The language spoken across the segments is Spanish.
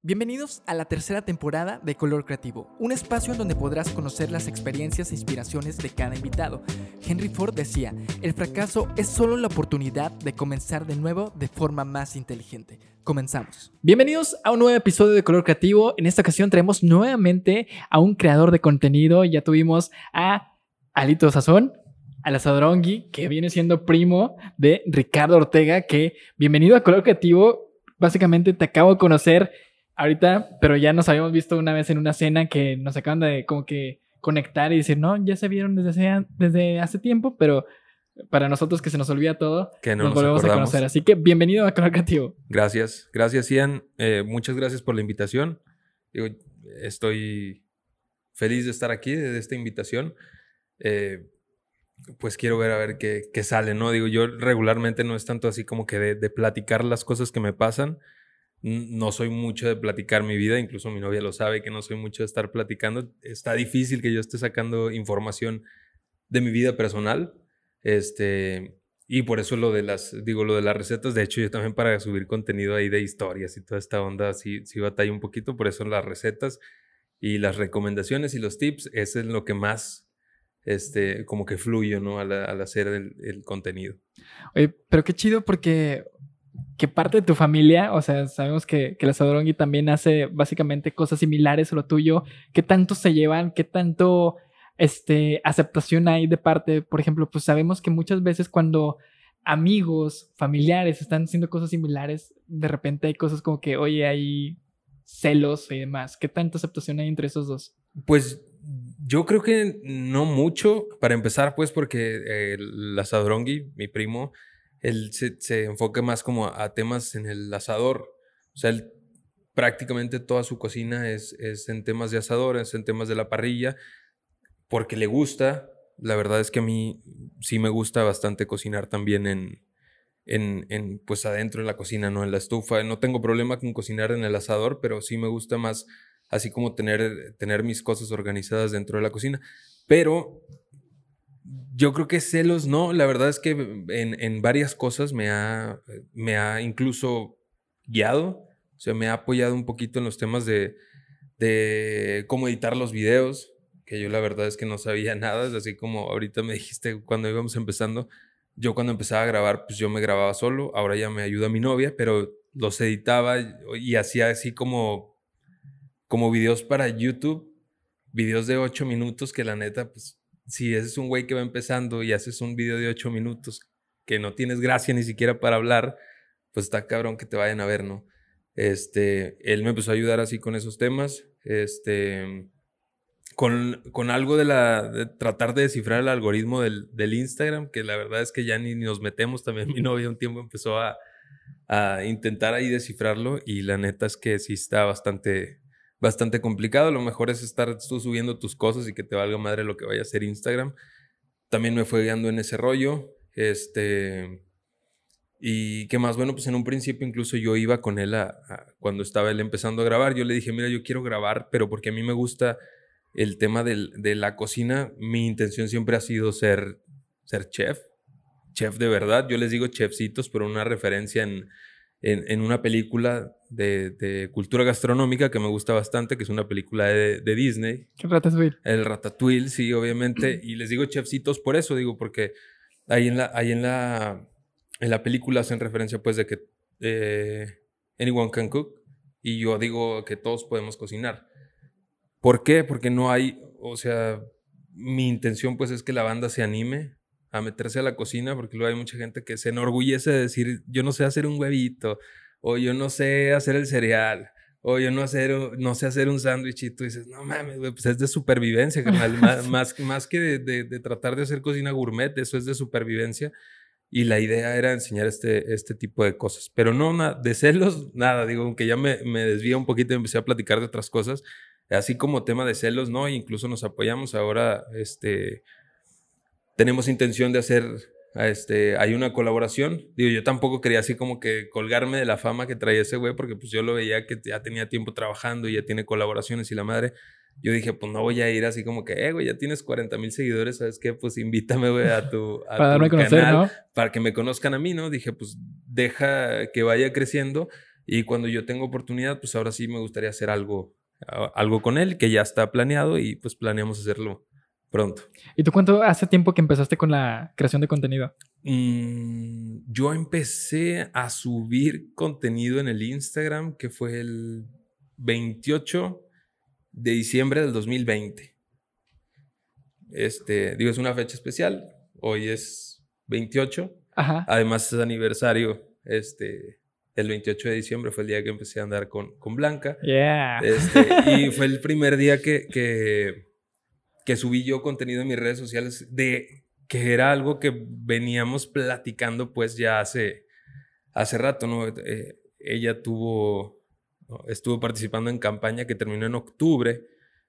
Bienvenidos a la tercera temporada de Color Creativo, un espacio en donde podrás conocer las experiencias e inspiraciones de cada invitado. Henry Ford decía, el fracaso es solo la oportunidad de comenzar de nuevo de forma más inteligente. Comenzamos. Bienvenidos a un nuevo episodio de Color Creativo. En esta ocasión traemos nuevamente a un creador de contenido. Ya tuvimos a Alito Sazón, al Asadrongi, que viene siendo primo de Ricardo Ortega, que bienvenido a Color Creativo. Básicamente te acabo de conocer ahorita, pero ya nos habíamos visto una vez en una cena que nos acaban de como que conectar y decir, no, ya se vieron desde hace tiempo, pero para nosotros que se nos olvida todo, que no nos volvemos acordamos. A conocer. Así que bienvenido a Color Creativo. Gracias, Ian. Muchas gracias por la invitación. Estoy feliz de estar aquí, de esta invitación. Pues quiero ver a ver qué sale, ¿no? Yo regularmente no es tanto así como que de platicar las cosas que me pasan. No soy mucho de platicar mi vida, incluso mi novia lo sabe que no soy mucho de estar platicando. Está difícil que yo esté sacando información de mi vida personal. Y por eso lo de las recetas. De hecho, yo también para subir contenido ahí de historias y toda esta onda, sí batallo un poquito. Por eso las recetas y las recomendaciones y los tips, eso es lo que más como que fluyo, ¿no? Al hacer el contenido. Oye, pero qué chido porque que parte de tu familia, o sea, sabemos que el Asadrongi también hace básicamente cosas similares a lo tuyo. ¿Qué tanto se llevan? ¿Qué tanto aceptación hay de parte? Por ejemplo, pues sabemos que muchas veces cuando amigos, familiares están haciendo cosas similares, de repente hay cosas como que, oye, hay celos y demás. ¿Qué tanta aceptación hay entre esos dos? Pues yo creo que no mucho. Para empezar, pues, porque el Asadrongi, mi primo, él se enfoca más como a temas en el asador. O sea, él prácticamente toda su cocina es en temas de asador, es en temas de la parrilla, porque le gusta. La verdad es que a mí sí me gusta bastante cocinar también pues adentro de la cocina, no en la estufa. No tengo problema con cocinar en el asador, pero sí me gusta más así como tener mis cosas organizadas dentro de la cocina. Pero yo creo que celos no. La verdad es que en varias cosas me ha incluso guiado. O sea, me ha apoyado un poquito en los temas de cómo editar los videos, que yo la verdad es que no sabía nada. Es así como ahorita me dijiste cuando íbamos empezando. Yo cuando empezaba a grabar, pues yo me grababa solo. Ahora ya me ayuda mi novia, pero los editaba y hacía así como videos para YouTube, videos de 8 minutos que la neta, pues si eres un güey que va empezando y haces un video de 8 minutos que no tienes gracia ni siquiera para hablar, pues está cabrón que te vayan a ver, ¿no? Él me empezó a ayudar así con esos temas, con algo de tratar de descifrar el algoritmo del Instagram, que la verdad es que ya ni nos metemos. También mi novia un tiempo empezó a intentar ahí descifrarlo y la neta es que sí está bastante complicado. Lo mejor es estar tú subiendo tus cosas y que te valga madre lo que vaya a hacer Instagram. También me fue guiando en ese rollo. Y qué más, bueno, pues en un principio incluso yo iba con él cuando estaba él empezando a grabar. Yo le dije, mira, yo quiero grabar, pero porque a mí me gusta el tema de la cocina. Mi intención siempre ha sido ser chef de verdad. Yo les digo chefcitos, pero una referencia en una película de cultura gastronómica que me gusta bastante, que es una película de Disney. ¿Qué Ratatouille? El Ratatouille, sí, obviamente. Y les digo chefcitos por eso, porque ahí en la película hacen referencia pues de que anyone can cook, y yo digo que todos podemos cocinar. ¿Por qué? Porque no hay, o sea, mi intención pues es que la banda se anime a meterse a la cocina, porque luego hay mucha gente que se enorgullece de decir, yo no sé hacer un huevito, o yo no sé hacer el cereal, o yo no sé hacer un sándwich, y tú dices, no mames, güey, pues es de supervivencia, carnal. más que de tratar de hacer cocina gourmet, eso es de supervivencia, y la idea era enseñar este tipo de cosas. Pero no, de celos, nada. Aunque ya me desvía un poquito y empecé a platicar de otras cosas, así como tema de celos, ¿no? Incluso nos apoyamos ahora. Tenemos intención de hacer, hay una colaboración. Yo tampoco quería así como que colgarme de la fama que traía ese güey, porque pues yo lo veía que ya tenía tiempo trabajando y ya tiene colaboraciones y la madre. Yo dije, pues no voy a ir así como que, güey, ya tienes 40,000 seguidores, ¿sabes qué? Pues invítame, güey, a tu para darme a conocer, canal, ¿no? para que me conozcan a mí, ¿no? Dije, pues deja que vaya creciendo. Y cuando yo tengo oportunidad, pues ahora sí me gustaría hacer algo con él, que ya está planeado y pues planeamos hacerlo pronto. ¿Y tú cuánto hace tiempo que empezaste con la creación de contenido? Yo empecé a subir contenido en el Instagram, que fue el 28 de diciembre del 2020. Es una fecha especial. Hoy es 28. Ajá. Además es aniversario. El 28 de diciembre fue el día que empecé a andar con Blanca. Yeah. Y fue el primer día que subí yo contenido en mis redes sociales que era algo que veníamos platicando pues ya hace rato, ¿no? Ella estuvo participando en campaña que terminó en octubre,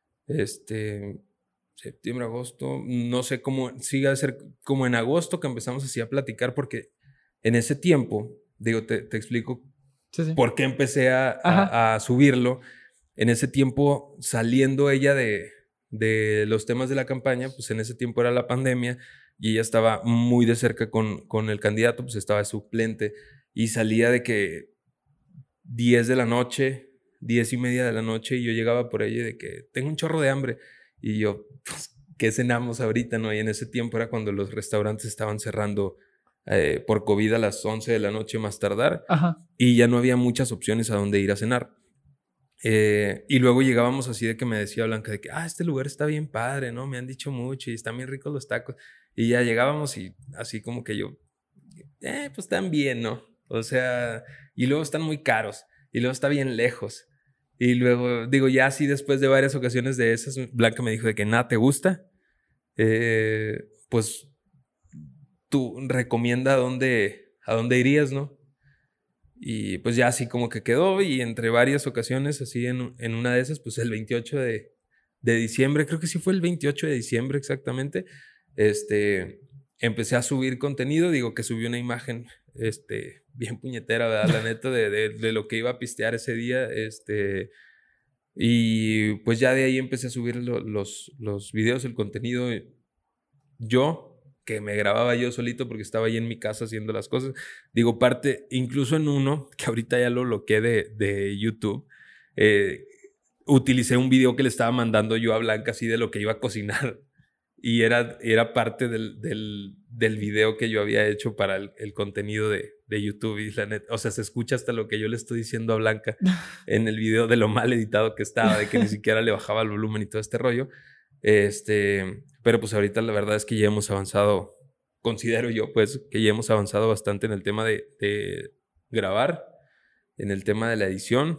septiembre, agosto, no sé cómo siga a ser, como en agosto que empezamos así a platicar, porque en ese tiempo, digo, te explico sí. por qué empecé a subirlo. En ese tiempo, saliendo ella de los temas de la campaña, pues en ese tiempo era la pandemia y ella estaba muy de cerca con el candidato, pues estaba de suplente y salía de que 10 de la noche, 10:30 de la noche, y yo llegaba por ella de que tengo un chorro de hambre y yo, pues, ¿qué cenamos ahorita, no? Y en ese tiempo era cuando los restaurantes estaban cerrando por COVID a las 11 de la noche más tardar. Ajá. Y ya no había muchas opciones a dónde ir a cenar. Y luego llegábamos así de que me decía Blanca de que, este lugar está bien padre, ¿no? Me han dicho mucho y están bien ricos los tacos. Y ya llegábamos y así como que yo, pues están bien, ¿no? O sea, y luego están muy caros y luego está bien lejos. Y luego, digo, ya así después de varias ocasiones de esas, Blanca me dijo de que nada te gusta, pues tú recomienda a dónde irías, ¿no? Y pues ya así como que quedó, y entre varias ocasiones, así en una de esas, pues el 28 de diciembre, creo que sí fue el 28 de diciembre exactamente, empecé a subir contenido, digo que subí una imagen, bien puñetera, ¿verdad? La neta, de lo que iba a pistear ese día, y pues ya de ahí empecé a subir los videos, el contenido, yo, que me grababa yo solito porque estaba ahí en mi casa haciendo las cosas. Digo, incluso en uno, que ahorita ya lo bloqueé de YouTube, utilicé un video que le estaba mandando yo a Blanca así de lo que iba a cocinar. Y era parte del video que yo había hecho para el contenido de YouTube. Y la neta, o sea, se escucha hasta lo que yo le estoy diciendo a Blanca en el video de lo mal editado que estaba, de que ni siquiera le bajaba el volumen y todo este rollo. Pero pues ahorita la verdad es que ya hemos avanzado, considero yo pues que ya hemos avanzado bastante en el tema de grabar, en el tema de la edición,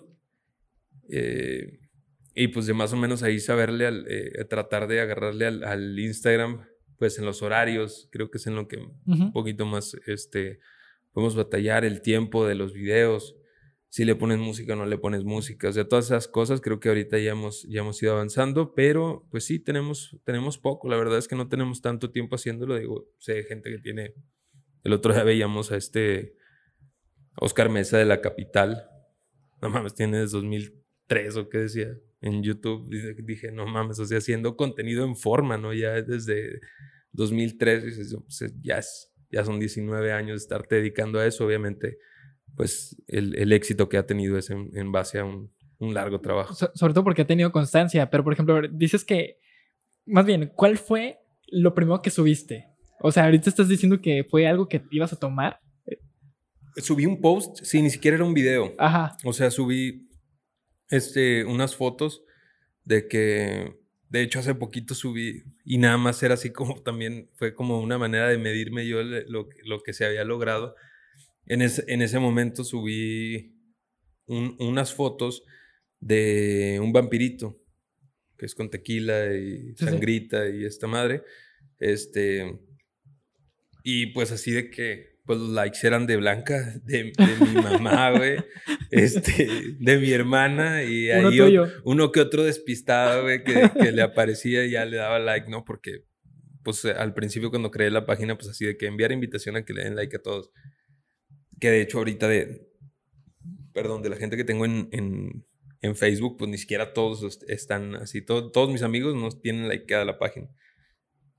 y pues de más o menos ahí saberle, tratar de agarrarle al Instagram, pues en los horarios, creo que es en lo que un poquito más podemos batallar, el tiempo de los videos, si le pones música o no le pones música, o sea, todas esas cosas creo que ahorita ya hemos ido avanzando, pero pues sí, tenemos poco, la verdad es que no tenemos tanto tiempo haciéndolo, digo, sé gente que tiene, el otro día veíamos a Oscar Mesa de La Capital, no mames, tiene desde 2003 o qué decía, en YouTube, dije, no mames, o sea, haciendo contenido en forma, ¿no? Ya desde 2003, dices, pues ya son 19 años de estarte dedicando a eso, obviamente, pues el éxito que ha tenido es en base a un largo trabajo. Sobre todo porque ha tenido constancia, pero por ejemplo, dices que, más bien, ¿cuál fue lo primero que subiste? O sea, ahorita estás diciendo que fue algo que ibas a tomar. Subí un post, sí, ni siquiera era un video. Ajá. O sea, subí unas fotos de que, de hecho, hace poquito subí y nada más era así como también fue como una manera de medirme yo lo que se había logrado. En ese momento subí unas fotos de un vampirito, que es con tequila y sangrita y esta madre. Y pues así de que pues los likes eran de Blanca, de mi mamá, güey, de mi hermana y ahí uno que otro despistado, güey, que le aparecía y ya le daba like, ¿no? Porque pues al principio cuando creé la página, pues así de que enviar invitación a que le den like a todos. Que de hecho ahorita de la gente que tengo en Facebook, pues ni siquiera todos están así. Todos mis amigos no tienen likeada la página.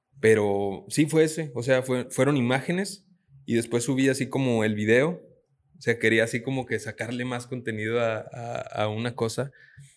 Pero sí fue ese. O sea, fueron imágenes y después subí así como el video O sea, quería así como que sacarle más contenido a una cosa.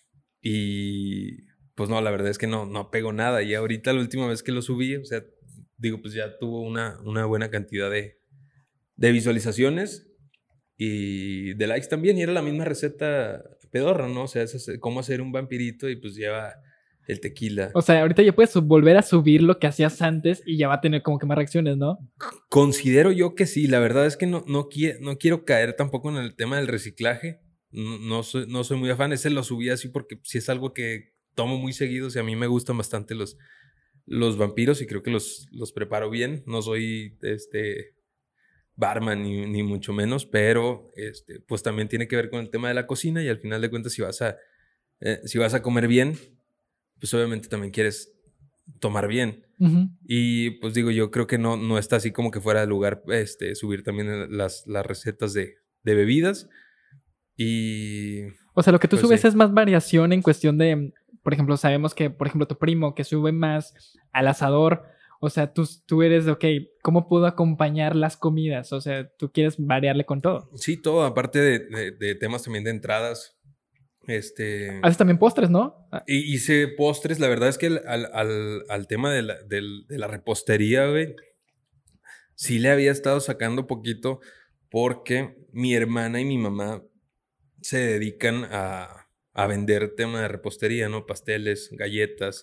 Y pues no, la verdad es que no pegó nada. Y ahorita la última vez que lo subí, o sea, digo, pues ya tuvo una buena cantidad de visualizaciones y de likes también. Y era la misma receta pedorra, ¿no? O sea, es cómo hacer un vampirito y pues lleva el tequila. O sea, ahorita ya puedes volver a subir lo que hacías antes y ya va a tener como que más reacciones, ¿no? Considero yo que sí. La verdad es que no quiero caer tampoco en el tema del reciclaje. No soy muy afán. Ese lo subí así porque sí es algo que tomo muy seguido. O sea, a mí me gustan bastante los vampiros y creo que los preparo bien. No soy barman ni mucho menos, pero pues también tiene que ver con el tema de la cocina y al final de cuentas si vas a comer bien, pues obviamente también quieres tomar bien. Uh-huh. Y pues digo, yo creo que no está así como que fuera de lugar subir también las recetas de bebidas. Y O sea, lo que tú pues subes sí. es más variación en cuestión de, por ejemplo, sabemos que, por ejemplo, tu primo que sube más al asador, o sea, tú eres de, ok, ¿cómo puedo acompañar las comidas? O sea, tú quieres variarle con todo. Sí, todo, aparte de temas también de entradas. Haces también postres, ¿no? Hice postres, la verdad es que al tema de la repostería, güey, sí le había estado sacando poquito porque mi hermana y mi mamá se dedican a vender tema de repostería, ¿no? Pasteles, galletas,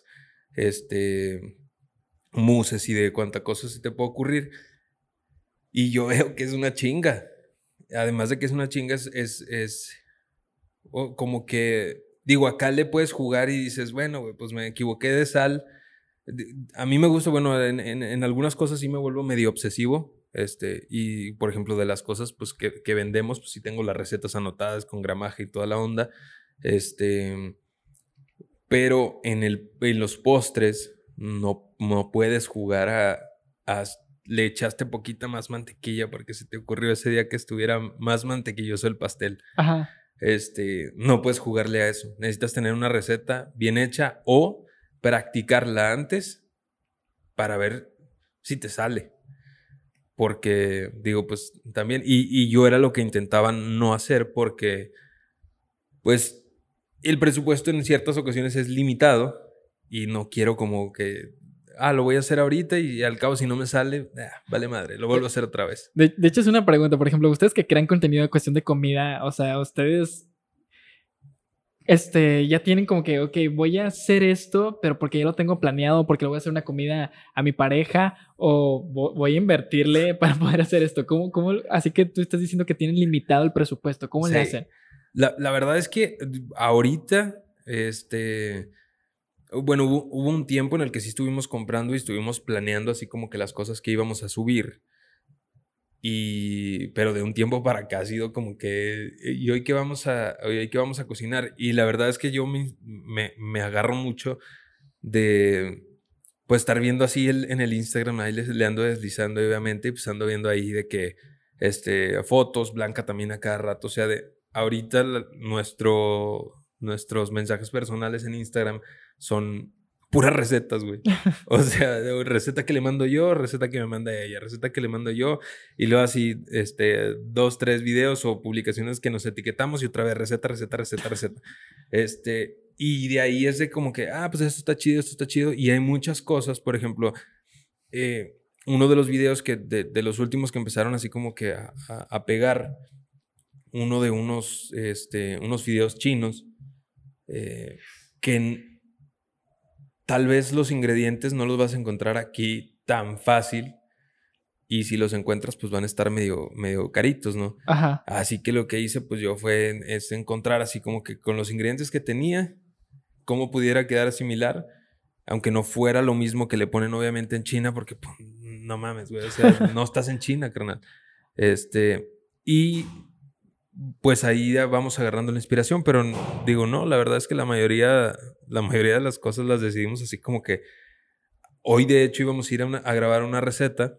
muses y de cuánta cosa se te puede ocurrir. Y yo veo que es una chinga. Además de que es una chinga, es como que, digo, acá le puedes jugar y dices, bueno, güey, pues me equivoqué de sal. A mí me gusta, bueno, en algunas cosas sí me vuelvo medio obsesivo. Y por ejemplo, de las cosas pues, que vendemos, pues sí tengo las recetas anotadas con gramaje y toda la onda. Pero en los postres no puedes jugar le echaste poquita más mantequilla porque se te ocurrió ese día que estuviera más mantequilloso el pastel. Ajá. No puedes jugarle a eso. Necesitas tener una receta bien hecha o practicarla antes para ver si te sale. Porque, digo, pues también, y yo era lo que intentaba no hacer porque, pues, el presupuesto en ciertas ocasiones es limitado y no quiero como que, lo voy a hacer ahorita y al cabo si no me sale, vale madre, lo vuelvo a hacer otra vez. De hecho, es una pregunta, por ejemplo, ustedes que crean contenido de cuestión de comida, o sea, ustedes ya tienen como que, ok, voy a hacer esto, pero porque ya lo tengo planeado, porque le voy a hacer una comida a mi pareja, o voy a invertirle para poder hacer esto. ¿Cómo? Así que tú estás diciendo que tienen limitado el presupuesto. ¿Cómo le hacen? La verdad es que ahorita, bueno, hubo un tiempo en el que sí estuvimos comprando y estuvimos planeando así como que las cosas que íbamos a subir. Pero de un tiempo para acá ha sido como que ¿y hoy qué vamos a cocinar? Y la verdad es que yo me agarro mucho de pues estar viendo así en el Instagram, ahí le ando deslizando obviamente, y pues ando viendo ahí de que fotos, Blanca también a cada rato, o sea, de ahorita nuestros mensajes personales en Instagram son puras recetas, güey. O sea, receta que le mando yo, receta que me manda ella, receta que le mando yo, y luego así, 2, 3 videos o publicaciones que nos etiquetamos y otra vez receta. Y de ahí es de como que, pues esto está chido, y hay muchas cosas, por ejemplo, uno de los videos que, de los últimos que empezaron así como que a pegar, uno de unos videos chinos, que tal vez los ingredientes no los vas a encontrar aquí tan fácil y si los encuentras pues van a estar medio caritos, ¿no? Ajá. Así que lo que hice pues yo fue encontrar así como que con los ingredientes que tenía, cómo pudiera quedar similar, aunque no fuera lo mismo que le ponen obviamente en China porque pues, no mames, güey, o sea, no estás en China, carnal. Y pues ahí ya vamos agarrando la inspiración, pero digo, no, la verdad es que la mayoría de las cosas las decidimos así como que hoy de hecho íbamos a ir a grabar una receta,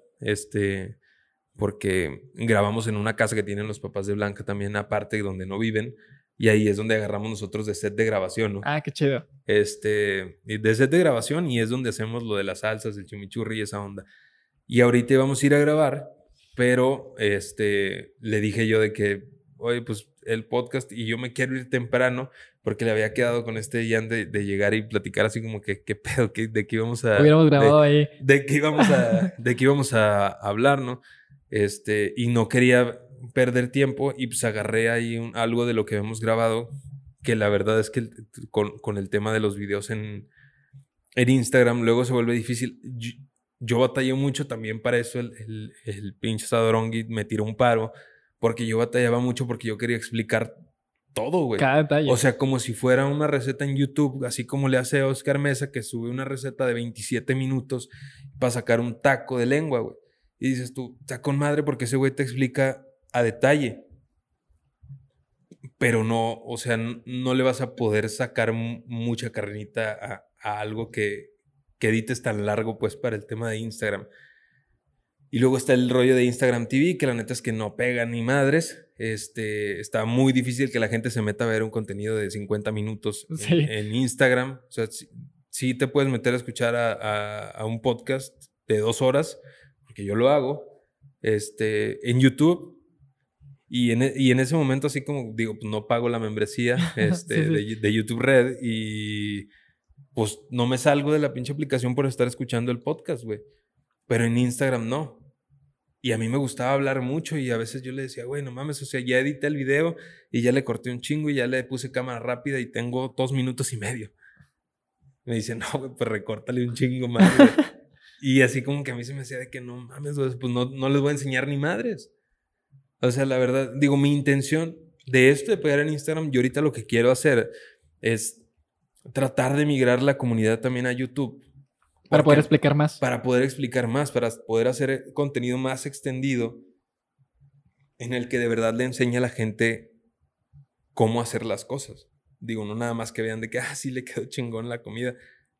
porque grabamos en una casa que tienen los papás de Blanca también aparte donde no viven y ahí es donde agarramos nosotros de set de grabación, ¿no? Qué chido. De set de grabación y es donde hacemos lo de las salsas, el chimichurri y esa onda. Y ahorita íbamos a ir a grabar, Pero le dije yo de que, oye, pues el podcast y yo me quiero ir temprano porque le había quedado con Ian de llegar y platicar así como que, ¿qué pedo? ¿De qué íbamos a... Hubiéramos grabado ahí. De qué íbamos a hablar, ¿no? Y no quería perder tiempo y pues agarré ahí algo de lo que habíamos grabado, que la verdad es que con el tema de los videos en Instagram luego se vuelve difícil. Yo batallé mucho también para eso, el pinche Sadorongui me tiró un paro, porque yo batallaba mucho porque yo quería explicar todo, güey. Cada detalle. O sea, como si fuera una receta en YouTube, así como le hace a Oscar Mesa, que sube una receta de 27 minutos para sacar un taco de lengua, güey. Y dices tú, está con madre porque ese güey te explica a detalle. Pero no, o sea, no le vas a poder sacar mucha carnita a algo que edites tan largo, pues, para el tema de Instagram. Y luego está el rollo de Instagram TV, que la neta es que no pega ni madres. Está muy difícil que la gente se meta a ver un contenido de 50 minutos en Instagram. O sea, sí te puedes meter a escuchar a un podcast de 2 horas, porque yo lo hago, en YouTube. Y en ese momento, así como digo, pues no pago la membresía de YouTube Red y pues no me salgo de la pinche aplicación por estar escuchando el podcast, güey. Pero en Instagram no. Y a mí me gustaba hablar mucho y a veces yo le decía, güey, no mames, o sea, ya edité el video y ya le corté un chingo y ya le puse cámara rápida y tengo 2 minutos y medio. Me dice, no, güey, pues recórtale un chingo más, güey. Y así como que a mí se me hacía de que no mames, güey, pues no les voy a enseñar ni madres. O sea, la verdad, digo, mi intención de esto de pegar en Instagram, yo ahorita lo que quiero hacer es tratar de migrar la comunidad también a YouTube. Para poder explicar más. Para poder explicar más, para poder hacer contenido más extendido en el que de verdad le enseñe a la gente cómo hacer las cosas. Digo, no nada más que vean de que, sí le quedó chingón la comida.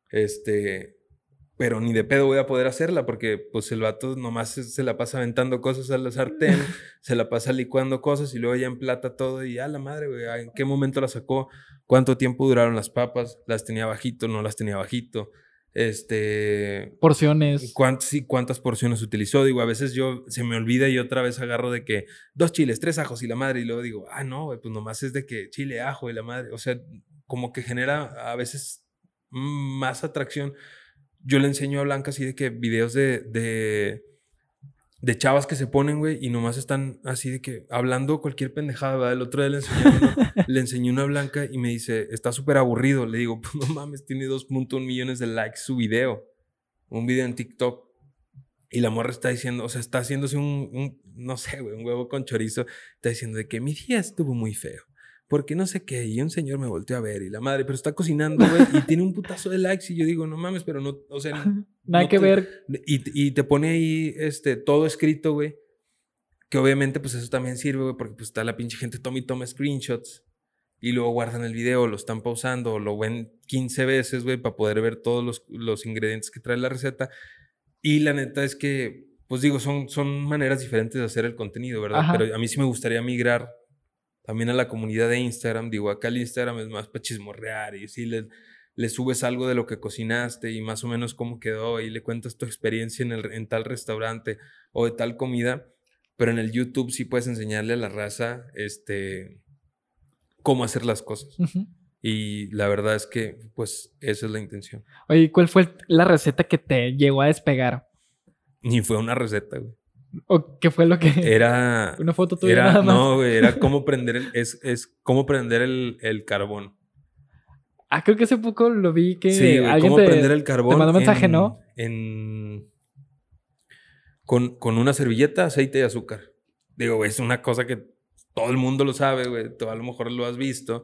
Pero ni de pedo voy a poder hacerla porque pues el vato nomás se la pasa aventando cosas a la sartén, se la pasa licuando cosas y luego ya emplata todo y la madre, güey, ¿en qué momento la sacó? ¿Cuánto tiempo duraron las papas? ¿Las tenía bajito? ¿No las tenía bajito? Porciones. ¿Cuántas porciones utilizó? Digo, a veces se me olvida y otra vez agarro de que 2 chiles, 3 ajos y la madre y luego digo, no, güey, pues nomás es de que chile, ajo y la madre. O sea, como que genera a veces más atracción. Yo le enseño a Blanca así de que videos de chavas que se ponen, güey, y nomás están así de que hablando cualquier pendejada, ¿verdad? El otro día le enseñé una a Blanca y me dice, está súper aburrido. Le digo, pues no mames, tiene 2.1 millones de likes su video. Un video en TikTok. Y la morra está diciendo, o sea, está haciéndose no sé, güey, un huevo con chorizo. Está diciendo de que mi día estuvo muy feo. Porque no sé qué, y un señor me volteó a ver y la madre, pero está cocinando, güey, y tiene un putazo de likes y yo digo, no mames, pero no, o sea... Nada que ver. Y te pone ahí todo escrito, güey, que obviamente pues eso también sirve, güey, porque pues está la pinche gente toma screenshots y luego guardan el video, lo están pausando, o lo ven 15 veces, güey, para poder ver todos los ingredientes que trae la receta. Y la neta es que, pues digo, son maneras diferentes de hacer el contenido, ¿verdad? Ajá. Pero a mí sí me gustaría migrar también a la comunidad de Instagram. Digo, acá el Instagram es más para chismorrear y si le subes algo de lo que cocinaste y más o menos cómo quedó y le cuentas tu experiencia en tal restaurante o de tal comida. Pero en el YouTube sí puedes enseñarle a la raza cómo hacer las cosas. Uh-huh. Y la verdad es que, pues, esa es la intención. Oye, ¿cuál fue la receta que te llegó a despegar? Ni fue una receta, güey. ¿O qué fue lo que...? Era... Una foto tuya nada más. No, güey, era cómo prender cómo prender el carbón. Creo que hace poco lo vi que... Sí, güey, alguien cómo prender el carbón. Te mandó mensaje, ¿no? Con una servilleta, aceite y azúcar. Digo, güey, es una cosa que todo el mundo lo sabe, güey. Tú a lo mejor lo has visto.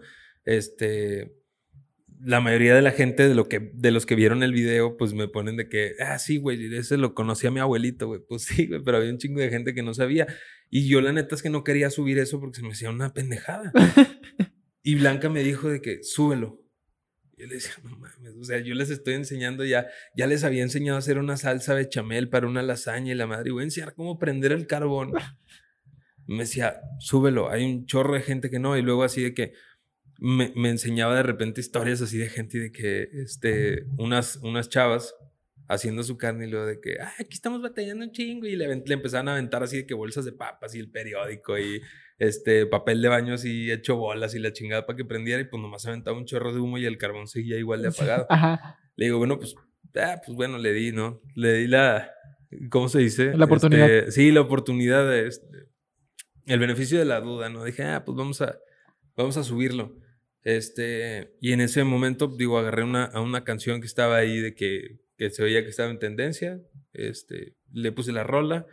La mayoría de la gente de los que vieron el video, pues me ponen de que, sí, güey, ese lo conocía mi abuelito, güey. Pues sí, güey, pero había un chingo de gente que no sabía. Y yo la neta es que no quería subir eso porque se me hacía una pendejada. Y Blanca me dijo de que, súbelo. Y yo le decía, no mames, o sea, yo les estoy enseñando ya les había enseñado a hacer una salsa bechamel para una lasaña y la madre, y voy a enseñar cómo prender el carbón. Me decía, súbelo, hay un chorro de gente que no. Y luego así de que me enseñaba de repente historias así de gente de que unas chavas haciendo su carne y luego de que, aquí estamos batallando un chingo y le empezaban a aventar así de que bolsas de papas y el periódico y papel de baño así hecho bolas y la chingada para que prendiera y pues nomás se aventaba un chorro de humo y el carbón seguía igual de apagado. Ajá. Le digo, bueno, pues bueno, le di, ¿no? Le di la, ¿cómo se dice? La oportunidad. Sí, la oportunidad de el beneficio de la duda, ¿no? Dije, pues vamos a subirlo. Y en ese momento, digo, agarré a una canción que estaba ahí de que se veía que estaba en tendencia. Le puse la rola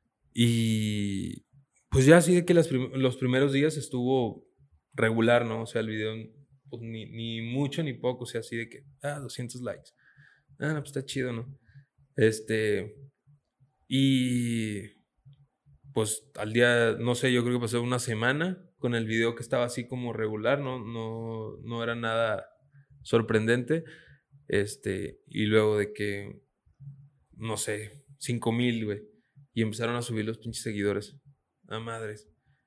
y pues ya así de que los primeros días estuvo regular, ¿no? O sea, el video pues, ni mucho ni poco, o sea, así de que, 200 likes. No, pues está chido, ¿no? Y pues al día, no sé, yo creo que pasó una semana con el video que estaba así como regular, no era nada sorprendente. Y luego de que, no sé, 5,000, güey. Y empezaron a subir los pinches seguidores. A madres.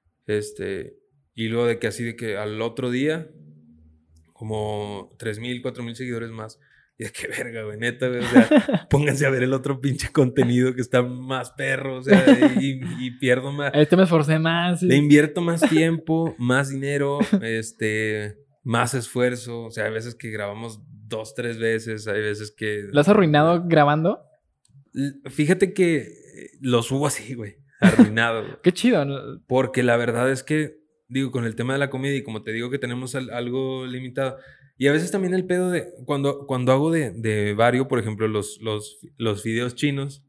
Y luego de que así de que al otro día, como 3,000, 4,000 seguidores más. Y de que verga, güey, neta, güey. O sea, pónganse a ver el otro pinche contenido que está más perro. O sea, y pierdo más. Me esforcé más. Sí. Le invierto más tiempo, más dinero, más esfuerzo. O sea, hay veces que grabamos 2, 3 veces. Hay veces que. ¿Lo has arruinado grabando? Fíjate que lo subo así, güey. Arruinado. Güey. Qué chido, ¿no? Porque la verdad es que, digo, con el tema de la comida y como te digo que tenemos algo limitado. Y a veces también el pedo de... Cuando hago de vario, por ejemplo, los videos chinos,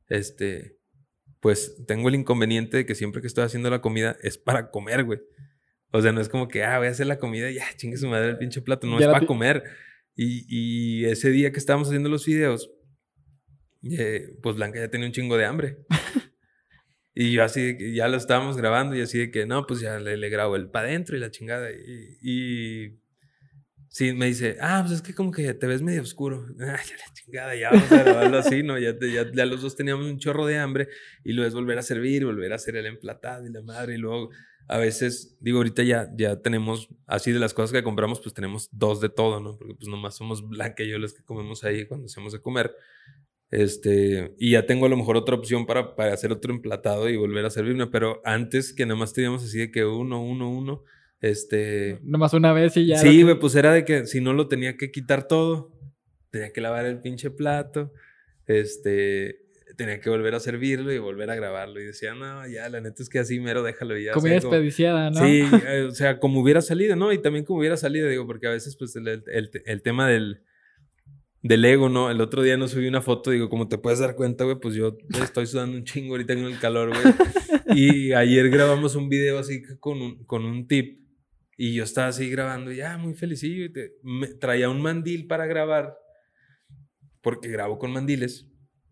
pues tengo el inconveniente de que siempre que estoy haciendo la comida es para comer, güey. O sea, no es como que, voy a hacer la comida y ya, chingue su madre el pinche plato. No, es para comer. Y ese día que estábamos haciendo los videos, pues Blanca ya tenía un chingo de hambre. Y yo así de que ya lo estábamos grabando y así de que, no, pues ya le grabo el para adentro y la chingada. Y sí, me dice, pues es que como que te ves medio oscuro. Ya la chingada, ya vamos a grabarlo así, ¿no? Ya los dos teníamos un chorro de hambre y luego es volver a servir, volver a hacer el emplatado y la madre. Y luego a veces, digo, ahorita ya tenemos, así de las cosas que compramos, pues tenemos 2 de todo, ¿no? Porque pues nomás somos Blanca y yo los que comemos ahí cuando hacemos de comer. Y ya tengo a lo mejor otra opción para hacer otro emplatado y volver a servirme, pero antes que nada más teníamos así de que uno, nomás una vez y ya. Sí, güey, pues era de que si no lo tenía que quitar todo, tenía que lavar el pinche plato, tenía que volver a servirlo y volver a grabarlo y decía, no, ya, la neta es que así mero déjalo ya. Comida desperdiciada, ¿no? Sí, o sea, como hubiera salido, ¿no? Y también como hubiera salido, digo, porque a veces pues el tema del ego, ¿no? El otro día no subí una foto, digo, como te puedes dar cuenta, güey, pues yo estoy sudando un chingo ahorita con el calor, güey. Y ayer grabamos un video así con un tip y yo estaba así grabando y muy felicillo. Traía un mandil para grabar porque grabo con mandiles.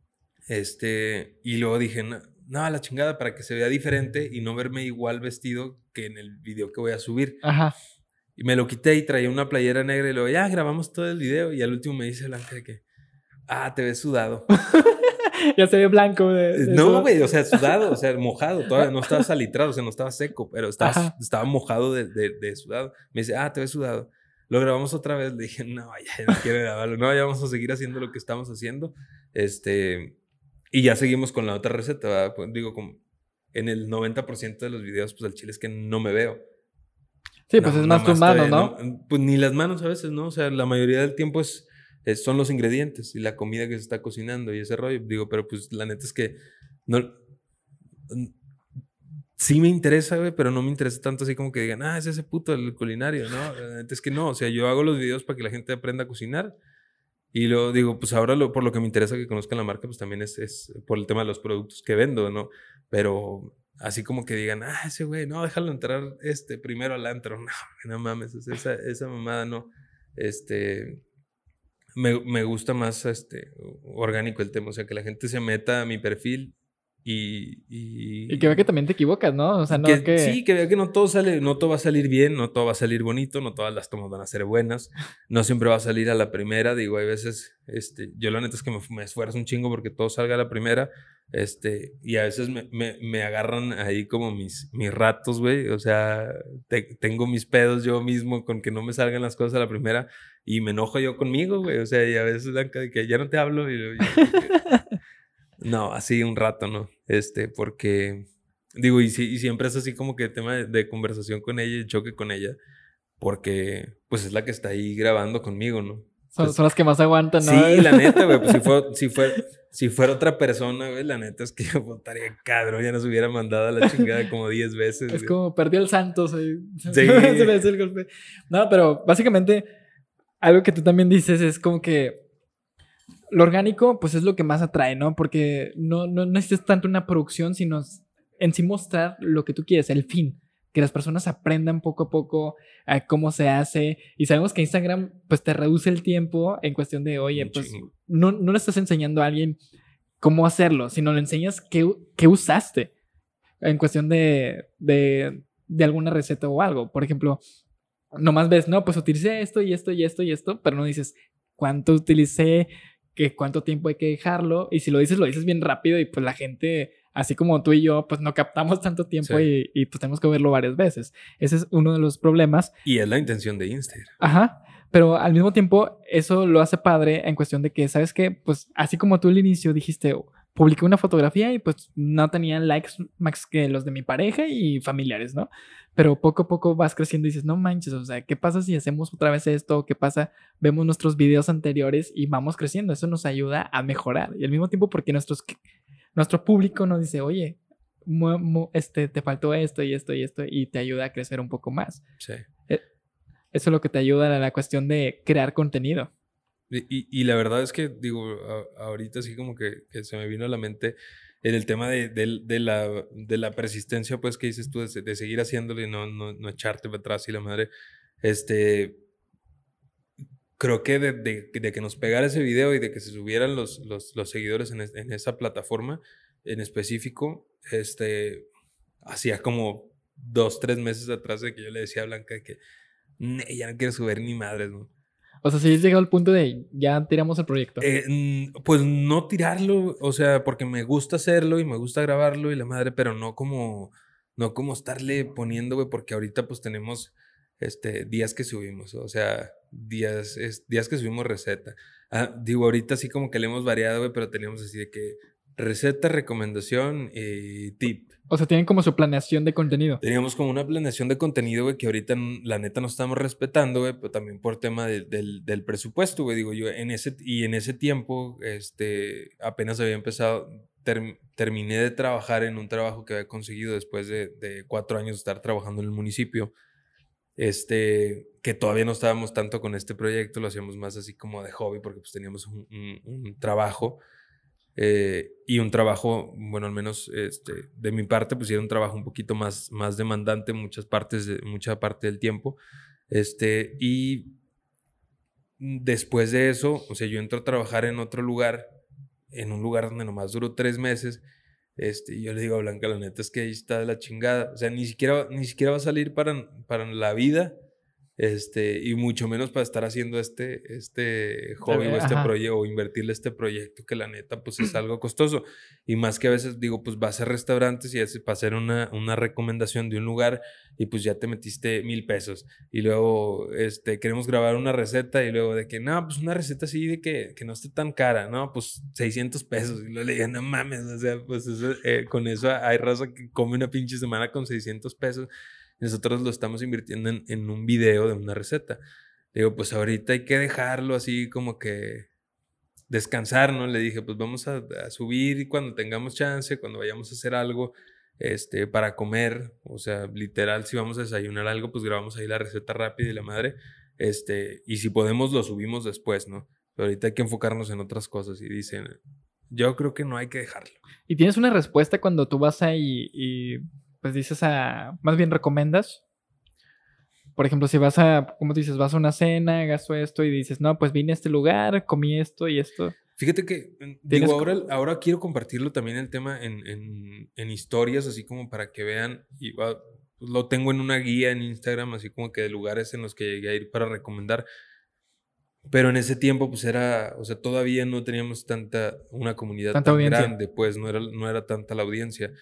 Y luego dije, no, la chingada, para que se vea diferente y no verme igual vestido que en el video que voy a subir. Ajá. Y me lo quité y traía una playera negra y luego ya grabamos todo el video y al último me dice Blanca de que te ves sudado. Ya se ve blanco. No, güey, o sea, sudado, o sea, mojado. Todavía no estaba salitrado, o sea, no estaba seco, pero estaba mojado de sudado. Me dice, te ves sudado. Lo grabamos otra vez. Le dije, no, ya no quiero grabarlo. No, ya vamos a seguir haciendo lo que estamos haciendo. Y ya seguimos con la otra receta, ¿verdad? Pues, digo, como en el 90% de los videos, pues el chile es que no me veo. Sí, pues es más tus manos, ¿no? Pues ni las manos a veces, ¿no? O sea, la mayoría del tiempo son los ingredientes y la comida que se está cocinando y ese rollo. Digo, pero pues la neta es que no... Sí me interesa, güey, pero no me interesa tanto así como que digan, es ese puto el culinario, ¿no? La neta es que no. O sea, yo hago los videos para que la gente aprenda a cocinar. Y luego digo, pues ahora por lo que me interesa que conozcan la marca, pues también es por el tema de los productos que vendo, ¿no? Pero... así como que digan, ese güey, no, déjalo entrar primero al antro. No mames, esa mamada no. Me gusta más orgánico el tema, o sea, que la gente se meta a mi perfil y que vea que también te equivocas, ¿no? O sea, no que... Sí, que vea que no todo va a salir bien, no todo va a salir bonito, no todas las tomas van a ser buenas, no siempre va a salir a la primera. Digo, hay veces, yo la neta es que me esfuerzo un chingo porque todo salga a la primera, y a veces me agarran ahí como mis ratos, güey. O sea, tengo mis pedos yo mismo con que no me salgan las cosas a la primera Y me enojo yo conmigo, güey. O sea, y a veces Blanca de que ya no te hablo. No, así un rato, ¿no? Porque... Digo, y siempre es así como que tema de conversación con ella y choque con ella. Porque, pues, es la que está ahí grabando conmigo, ¿no? Pues, Son las que más aguantan, ¿no? sí, la neta, güey. Pues si fuera otra persona, güey, la neta es que yo estaría cabrón. Ya nos hubiera mandado a la chingada como 10 veces. Es güey. como perdió el Santos. Sí. Se me hace el golpe. No, pero básicamente algo que tú también dices es como que lo orgánico, pues es lo que más atrae, ¿no? Porque no necesitas tanto una producción, sino en sí mostrar lo que tú quieres, el fin. Que las personas aprendan poco a poco a cómo se hace. Y sabemos que Instagram, pues te reduce el tiempo en cuestión de, oye, pues no le estás enseñando a alguien cómo hacerlo, sino le enseñas qué usaste en cuestión de alguna receta o algo. Por ejemplo, nomás ves, no, pues utilicé esto y esto y esto y esto, pero no dices cuánto utilicé, que cuánto tiempo hay que dejarlo. Y si lo dices bien rápido y pues la gente, así como tú y yo, pues no captamos tanto tiempo y pues tenemos que verlo varias veces. Ese es uno de los problemas. Y es la intención de Instagram. Ajá. Pero al mismo tiempo, eso lo hace padre en cuestión de que, ¿sabes qué? Pues así como tú al inicio dijiste, publiqué una fotografía y pues no tenían likes más que los de mi pareja y familiares, ¿no? Pero poco a poco vas creciendo y dices, no manches, o sea, ¿qué pasa si hacemos otra vez esto? ¿Qué pasa? Vemos nuestros videos anteriores y vamos creciendo. Eso nos ayuda a mejorar. Y al mismo tiempo porque nuestro público nos dice, oye, te faltó esto y esto y esto y te ayuda a crecer un poco más. Sí. Eso es lo que te ayuda a la cuestión de crear contenido. Y la verdad es que, digo, ahorita sí como que se me vino a la mente en el tema de la persistencia, pues, que dices tú, de seguir haciéndolo y no echarte para atrás y la madre. Creo que de que nos pegara ese video y de que se subieran los seguidores en esa plataforma en específico, hacía como 2-3 meses atrás de que yo le decía a Blanca que ya no quiero subir ni madres, ¿no? O sea, si has llegado al punto de ya tiramos el proyecto. Pues no tirarlo, o sea, porque me gusta hacerlo y me gusta grabarlo y la madre, pero no como estarle poniendo, güey, porque ahorita pues tenemos días que subimos, o sea, días que subimos receta. Digo, ahorita sí como que le hemos variado, güey, pero teníamos así de que receta, recomendación y tip. O sea, tienen como su planeación de contenido. Teníamos como una planeación de contenido, güey, que ahorita la neta no estamos respetando, güey, pero también por tema del presupuesto, güey. Digo yo, en ese tiempo, apenas había empezado, terminé de trabajar en un trabajo que había conseguido después de 4 años de estar trabajando en el municipio. Que todavía no estábamos tanto con este proyecto, lo hacíamos más así como de hobby, porque pues teníamos un trabajo. Y un trabajo, bueno, al menos de mi parte, pues era un trabajo un poquito más demandante mucha parte del tiempo. Y después de eso, o sea, yo entro a trabajar en otro lugar, en un lugar donde nomás duró 3 meses. Y yo le digo a Blanca, la neta es que ahí está de la chingada. O sea, ni siquiera va a salir para la vida. Y mucho menos para estar haciendo este hobby o proyecto o invertirle este proyecto que la neta pues es algo costoso y más que a veces digo pues vas a restaurantes y haces para hacer una recomendación de un lugar y pues ya te metiste 1,000 pesos y luego queremos grabar una receta y luego de que no pues una receta así de que no esté tan cara, no pues 600 pesos y luego le digo no mames, o sea pues eso, con eso hay raza que come una pinche semana con 600 pesos. Nosotros lo estamos invirtiendo en un video de una receta. Digo, pues ahorita hay que dejarlo así como que descansar, ¿no? Le dije, pues vamos a subir y cuando tengamos chance, cuando vayamos a hacer algo para comer, o sea, literal, si vamos a desayunar algo, pues grabamos ahí la receta rápida y la madre, y si podemos lo subimos después, ¿no? Pero ahorita hay que enfocarnos en otras cosas y dicen, yo creo que no hay que dejarlo. ¿Y tienes una respuesta cuando tú vas ahí y pues dices más bien recomiendas? Por ejemplo, si vas como dices, vas a una cena, gasto esto y dices, no, pues vine a este lugar, comí esto y esto. Fíjate que, digo, ahora quiero compartirlo también el tema en historias, así como para que vean, y lo tengo en una guía en Instagram, así como que de lugares en los que llegué a ir para recomendar. Pero en ese tiempo, pues o sea, todavía no teníamos una comunidad tan grande, pues no era tanta la audiencia.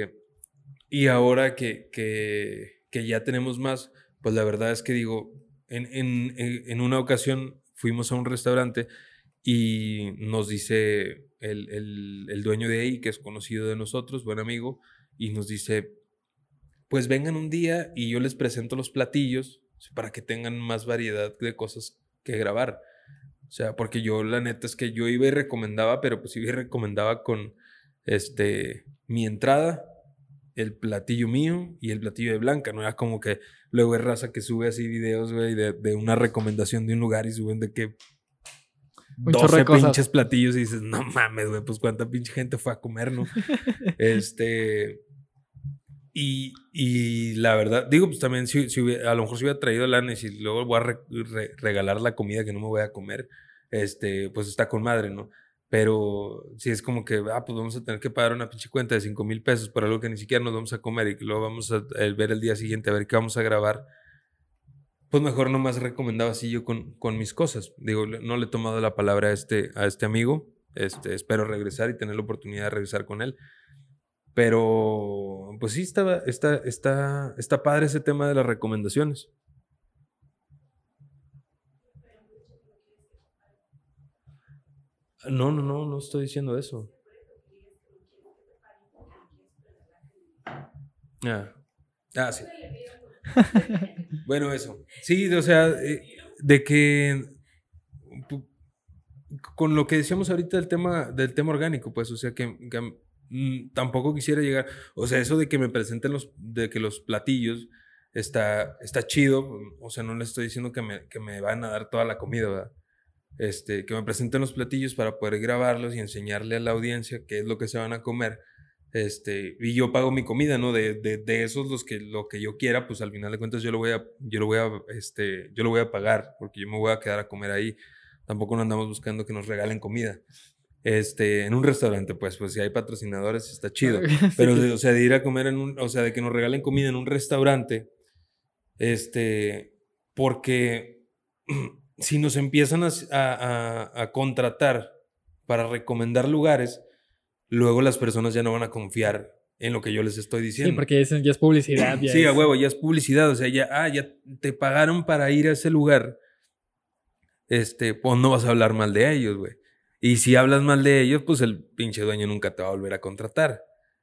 Y ahora que ya tenemos más, pues la verdad es que digo, en una ocasión fuimos a un restaurante y nos dice el dueño de ahí, que es conocido de nosotros, buen amigo, y nos dice, pues vengan un día y yo les presento los platillos para que tengan más variedad de cosas que grabar. O sea, porque yo la neta es que yo iba y recomendaba, pero pues iba y recomendaba con mi entrada, el platillo mío y el platillo de Blanca. No era como que luego es raza que sube así videos, güey, de una recomendación de un lugar y suben de que 12 pinches platillos y dices, no mames, güey, pues cuánta pinche gente fue a comer, ¿no? Y la verdad, digo, pues también si a lo mejor si hubiera traído lana y si luego voy a regalar la comida que no me voy a comer, pues está con madre, ¿no? Pero si es como que, pues vamos a tener que pagar una pinche cuenta de 5,000 pesos por algo que ni siquiera nos vamos a comer y que luego vamos a ver el día siguiente a ver qué vamos a grabar, pues mejor nomás recomendaba así yo con mis cosas. Digo, no le he tomado la palabra a este amigo, espero regresar y tener la oportunidad de regresar con él. Pero, pues sí, está padre ese tema de las recomendaciones. No estoy diciendo eso. Sí. Bueno, eso. Sí, o sea, de que con lo que decíamos ahorita del tema orgánico, pues, o sea, que tampoco quisiera llegar, o sea, eso de que me presenten de que los platillos está chido, o sea, no le estoy diciendo que me van a dar toda la comida, ¿verdad? Que me presenten los platillos para poder grabarlos y enseñarle a la audiencia qué es lo que se van a comer, y yo pago mi comida, ¿no? De esos lo que yo quiera, pues al final de cuentas yo lo voy a pagar, porque yo me voy a quedar a comer ahí. Tampoco no andamos buscando que nos regalen comida. En un restaurante, pues si hay patrocinadores está chido. Pero, o sea, de ir a comer o sea, de que nos regalen comida en un restaurante, porque si nos empiezan a contratar para recomendar lugares, luego las personas ya no van a confiar en lo que yo les estoy diciendo. Sí, porque ya es publicidad. Sí, a huevo, ya es publicidad. O sea, ya te pagaron para ir a ese lugar. Pues no vas a hablar mal de ellos, güey. Y si hablas mal de ellos, pues el pinche dueño nunca te va a volver a contratar.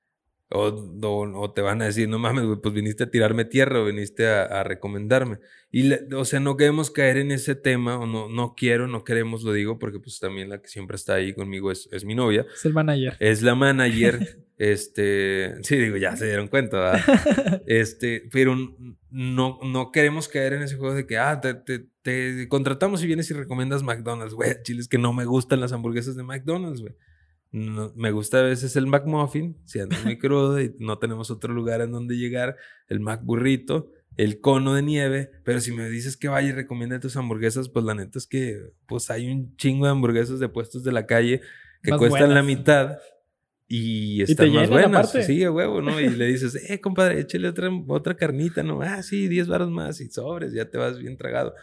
O te van a decir, no mames, güey, pues viniste a tirarme tierra o viniste a recomendarme. O sea, no queremos caer en ese tema, o no queremos, lo digo, porque pues también la que siempre está ahí conmigo es mi novia. Es el manager. Es la manager. Sí, digo, ya se dieron cuenta, ¿verdad? Pero no queremos caer en ese juego de que, te contratamos y vienes y recomiendas McDonald's, güey. Chile, es que no me gustan las hamburguesas de McDonald's, güey. No, me gusta a veces el McMuffin, si anda muy crudo y no tenemos otro lugar en donde llegar, el McBurrito, el cono de nieve, pero si me dices que vaya y recomienda tus hamburguesas, pues la neta es que pues hay un chingo de hamburguesas de puestos de la calle que más cuestan buenas. La mitad y están más buenas. Sí, a huevo, ¿no? Y le dices, compadre, échale otra carnita, ¿no? Sí, 10 baros más y sobres, ya te vas bien tragado.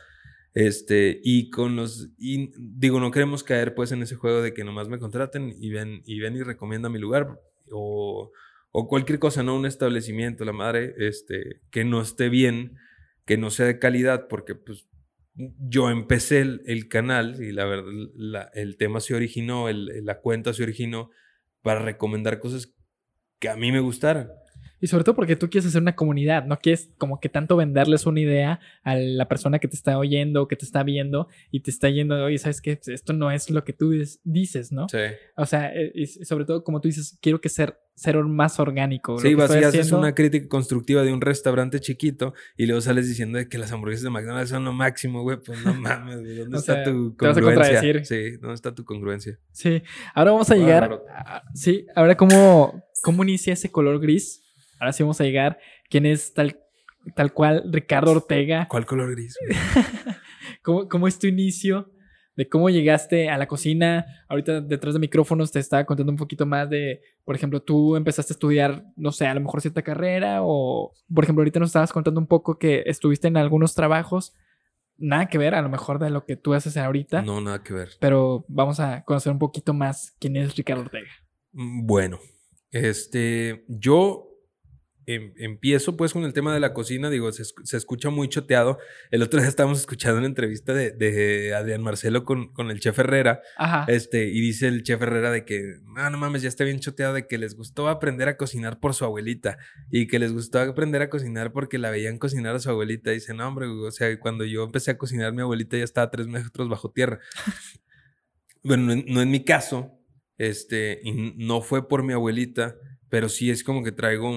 Y digo, no queremos caer pues en ese juego de que nomás me contraten y ven y recomienda mi lugar o cualquier cosa, ¿no? Un establecimiento, la madre, que no esté bien, que no sea de calidad, porque pues yo empecé el canal y la verdad el tema se originó, la cuenta se originó para recomendar cosas que a mí me gustaran. Y sobre todo porque tú quieres hacer una comunidad, no quieres como que tanto venderles una idea a la persona que te está oyendo, que te está viendo y te está yendo, oye, ¿sabes qué? Esto no es lo que tú dices, ¿no? Sí. O sea, y sobre todo como tú dices, quiero que ser más orgánico. Sí, vas y haces una crítica constructiva de un restaurante chiquito y luego sales diciendo de que las hamburguesas de McDonald's son lo máximo, güey, pues no mames, güey, ¿dónde está tu congruencia? Te vas a contradecir. Sí, ¿dónde está tu congruencia? Sí, ahora vamos a llegar, sí, ahora ¿cómo inicia ese color gris? Ahora sí vamos a llegar. ¿Quién es tal cual Ricardo Ortega? ¿Cuál color gris? ¿Cómo es tu inicio? De cómo llegaste a la cocina. Ahorita detrás de micrófonos te estaba contando un poquito más de, por ejemplo, tú empezaste a estudiar, no sé, a lo mejor cierta carrera o, por ejemplo, ahorita nos estabas contando un poco que estuviste en algunos trabajos. Nada que ver, a lo mejor de lo que tú haces ahorita. No, nada que ver. Pero vamos a conocer un poquito más quién es Ricardo Ortega. Bueno, yo empiezo pues con el tema de la cocina, digo, se escucha muy choteado. El otro día estábamos escuchando una entrevista de Adrián Marcelo con el chef Herrera. Ajá. Y dice el chef Herrera de que, no mames, ya está bien choteado, de que les gustó aprender a cocinar por su abuelita y que les gustó aprender a cocinar porque la veían cocinar a su abuelita. Dice, no, hombre, o sea, cuando yo empecé a cocinar, mi abuelita ya estaba 3 metros bajo tierra. Bueno, no en mi caso, y no fue por mi abuelita, pero sí es como que traigo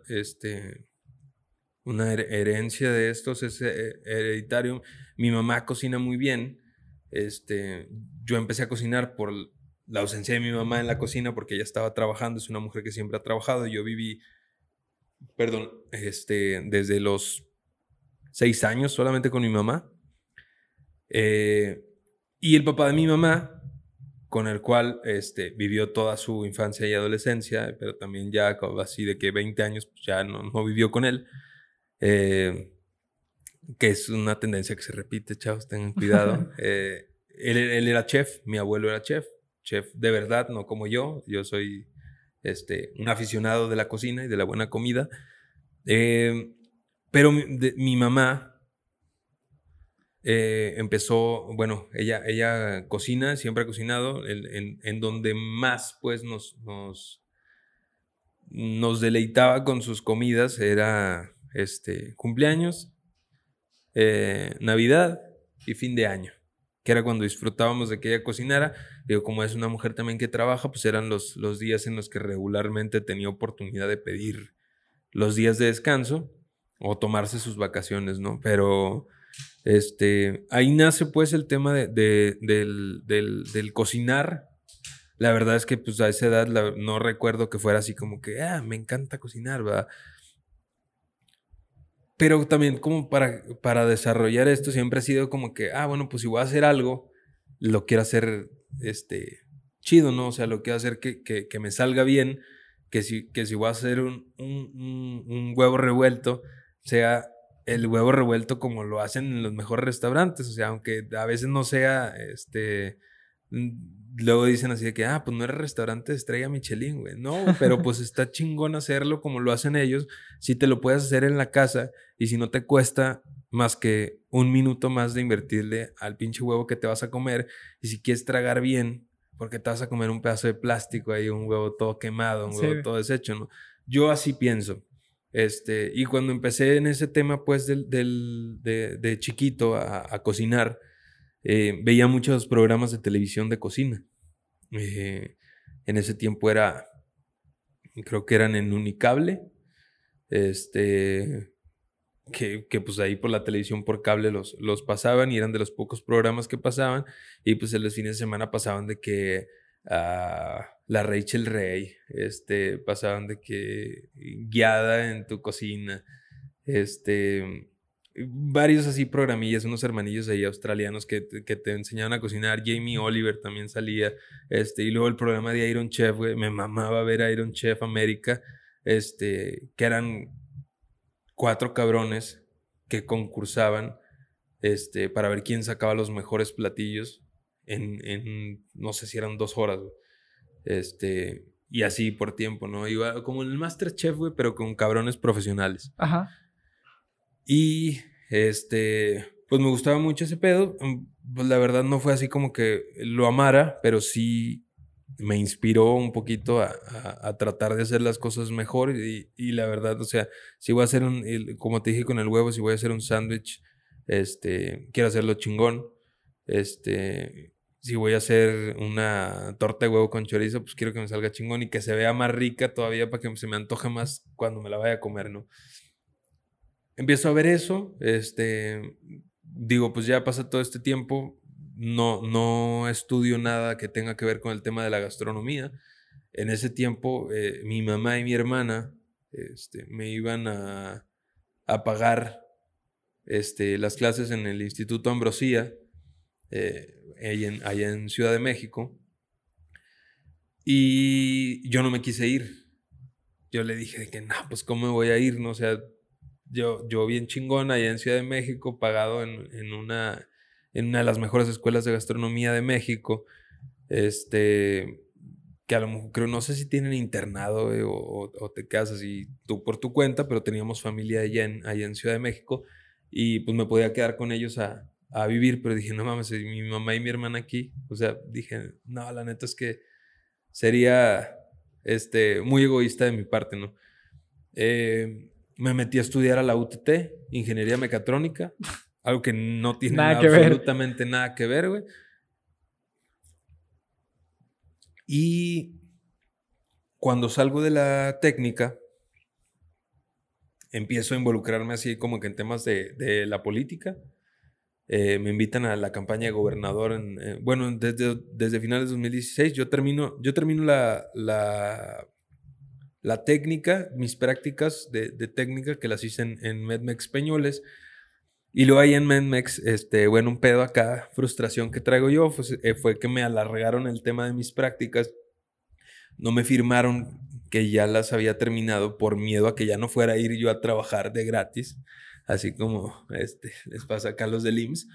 una herencia de estos, es hereditario. Mi mamá cocina muy bien. Yo empecé a cocinar por la ausencia de mi mamá en la cocina porque ella estaba trabajando, es una mujer que siempre ha trabajado. Yo viví, perdón, desde los 6 años solamente con mi mamá. Y el papá de mi mamá, con el cual vivió toda su infancia y adolescencia, pero también ya así de que 20 años pues ya no vivió con él, que es una tendencia que se repite, chavos, tengan cuidado. Él era chef, mi abuelo era chef de verdad, no como yo soy un aficionado de la cocina y de la buena comida, pero mi mamá empezó, bueno, ella cocina, siempre ha cocinado, en donde más pues nos deleitaba con sus comidas era cumpleaños, Navidad y fin de año, que era cuando disfrutábamos de que ella cocinara. Digo, como es una mujer también que trabaja, pues eran los días en los que regularmente tenía oportunidad de pedir los días de descanso o tomarse sus vacaciones, ¿no? Pero ahí nace pues el tema del cocinar. La verdad es que pues a esa edad no recuerdo que fuera así como que, me encanta cocinar, ¿verdad? Pero también como para desarrollar esto siempre ha sido como que, bueno, pues si voy a hacer algo, lo quiero hacer chido, ¿no? O sea, lo quiero hacer que me salga bien, que si voy a hacer un huevo revuelto, sea el huevo revuelto como lo hacen en los mejores restaurantes. O sea, aunque a veces no sea, luego dicen así de que, pues no era restaurante de estrella Michelin, güey. No, pero pues está chingón hacerlo como lo hacen ellos. Si te lo puedes hacer en la casa y si no te cuesta más que 1 minuto más de invertirle al pinche huevo que te vas a comer, y si quieres tragar bien, porque te vas a comer un pedazo de plástico ahí, un huevo todo quemado, un huevo todo deshecho, ¿no? Yo así pienso. Y cuando empecé en ese tema, pues, de chiquito a cocinar, veía muchos programas de televisión de cocina. En ese tiempo creo que eran en Unicable, que pues ahí por la televisión por cable los pasaban y eran de los pocos programas que pasaban, y pues en los fines de semana pasaban de que la Rachel Ray, pasaban de que guiada en tu cocina, varios así programillas, unos hermanillos ahí australianos que te enseñaban a cocinar. Jamie Oliver también salía, y luego el programa de Iron Chef, güey, me mamaba ver Iron Chef América, que eran 4 cabrones que concursaban, para ver quién sacaba los mejores platillos en no sé si eran 2 horas, güey. Y así por tiempo, ¿no? Iba como en el MasterChef, güey, pero con cabrones profesionales. Ajá. Y pues me gustaba mucho ese pedo. Pues la verdad no fue así como que lo amara, pero sí me inspiró un poquito a tratar de hacer las cosas mejor. Y la verdad, o sea, si voy a hacer como te dije con el huevo, si voy a hacer un sándwich, quiero hacerlo chingón. Si voy a hacer una torta de huevo con chorizo, pues quiero que me salga chingón y que se vea más rica todavía para que se me antoje más cuando me la vaya a comer, ¿no? Empiezo a ver eso, digo, pues ya pasa todo este tiempo, no estudio nada que tenga que ver con el tema de la gastronomía. En ese tiempo, mi mamá y mi hermana, me iban a pagar, las clases en el Instituto Ambrosía, allá en Ciudad de México, y yo no me quise ir. Yo le dije de que, no, pues cómo me voy a ir, ¿no? O sea, yo bien chingón allá en Ciudad de México, pagado en una de las mejores escuelas de gastronomía de México, que que a lo mejor, creo, no sé si tienen internado, güey, o te quedas así tú por tu cuenta, pero teníamos familia allá en Ciudad de México y pues me podía quedar con ellos a vivir, pero dije, no mames, mi mamá y mi hermana aquí, o sea, dije, no, la neta es que sería muy egoísta de mi parte, ¿no? Me metí a estudiar a la UTT, Ingeniería Mecatrónica, algo que no tiene Nada que ver. absolutamente nada que ver, güey. Y cuando salgo de la técnica, empiezo a involucrarme así como que en temas de la política. Me invitan a la campaña de gobernador. Bueno, desde finales de 2016 yo termino la técnica, mis prácticas de técnica que las hice en Medmex Peñoles. Y luego ahí en Medmex, bueno, un pedo acá, frustración que traigo yo, fue que me alargaron el tema de mis prácticas. No me firmaron que ya las había terminado por miedo a que ya no fuera a ir yo a trabajar de gratis, así como les pasa acá a los del IMSS.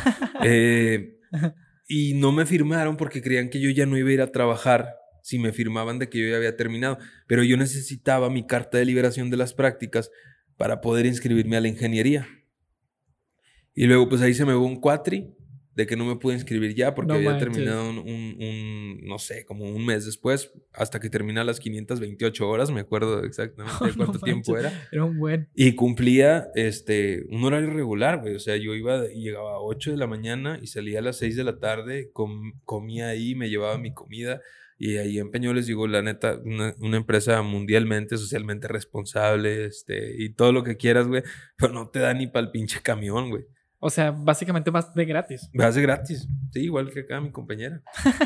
Y no me firmaron porque creían que yo ya no iba a ir a trabajar si me firmaban de que yo ya había terminado. Pero yo necesitaba mi carta de liberación de las prácticas para poder inscribirme a la ingeniería. Y luego pues ahí se me va un cuatri de que no me pude inscribir ya porque No había manches. terminado no sé, como un mes después, hasta que terminé a las 528 horas, me acuerdo exactamente de cuánto tiempo era. Era un buen. Y cumplía un horario regular, güey. O sea, yo iba y llegaba a 8 de la mañana y salía a las 6 de la tarde, comía ahí, me llevaba mi comida. Y ahí en Peñoles, digo, la neta, una empresa mundialmente, socialmente responsable, y todo lo que quieras, güey, pero no te da ni para el pinche camión, güey. O sea, básicamente vas de gratis. Me hace gratis, sí, igual que acá mi compañera.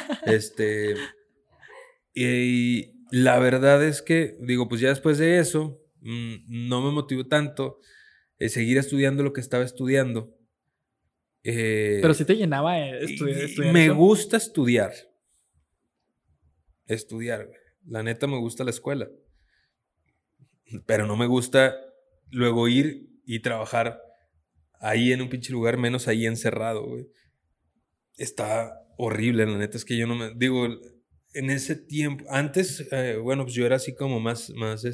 Y la verdad es que, digo, pues ya después de eso, no me motivó tanto seguir estudiando lo que estaba estudiando. Pero sí te llenaba estudiar Me eso. gusta estudiar, güey. La neta me gusta la escuela, pero no me gusta luego ir y trabajar ahí en un pinche lugar, menos ahí encerrado, güey. Está horrible, la neta es que yo no me... Digo, en ese tiempo, antes, bueno, pues yo era así como más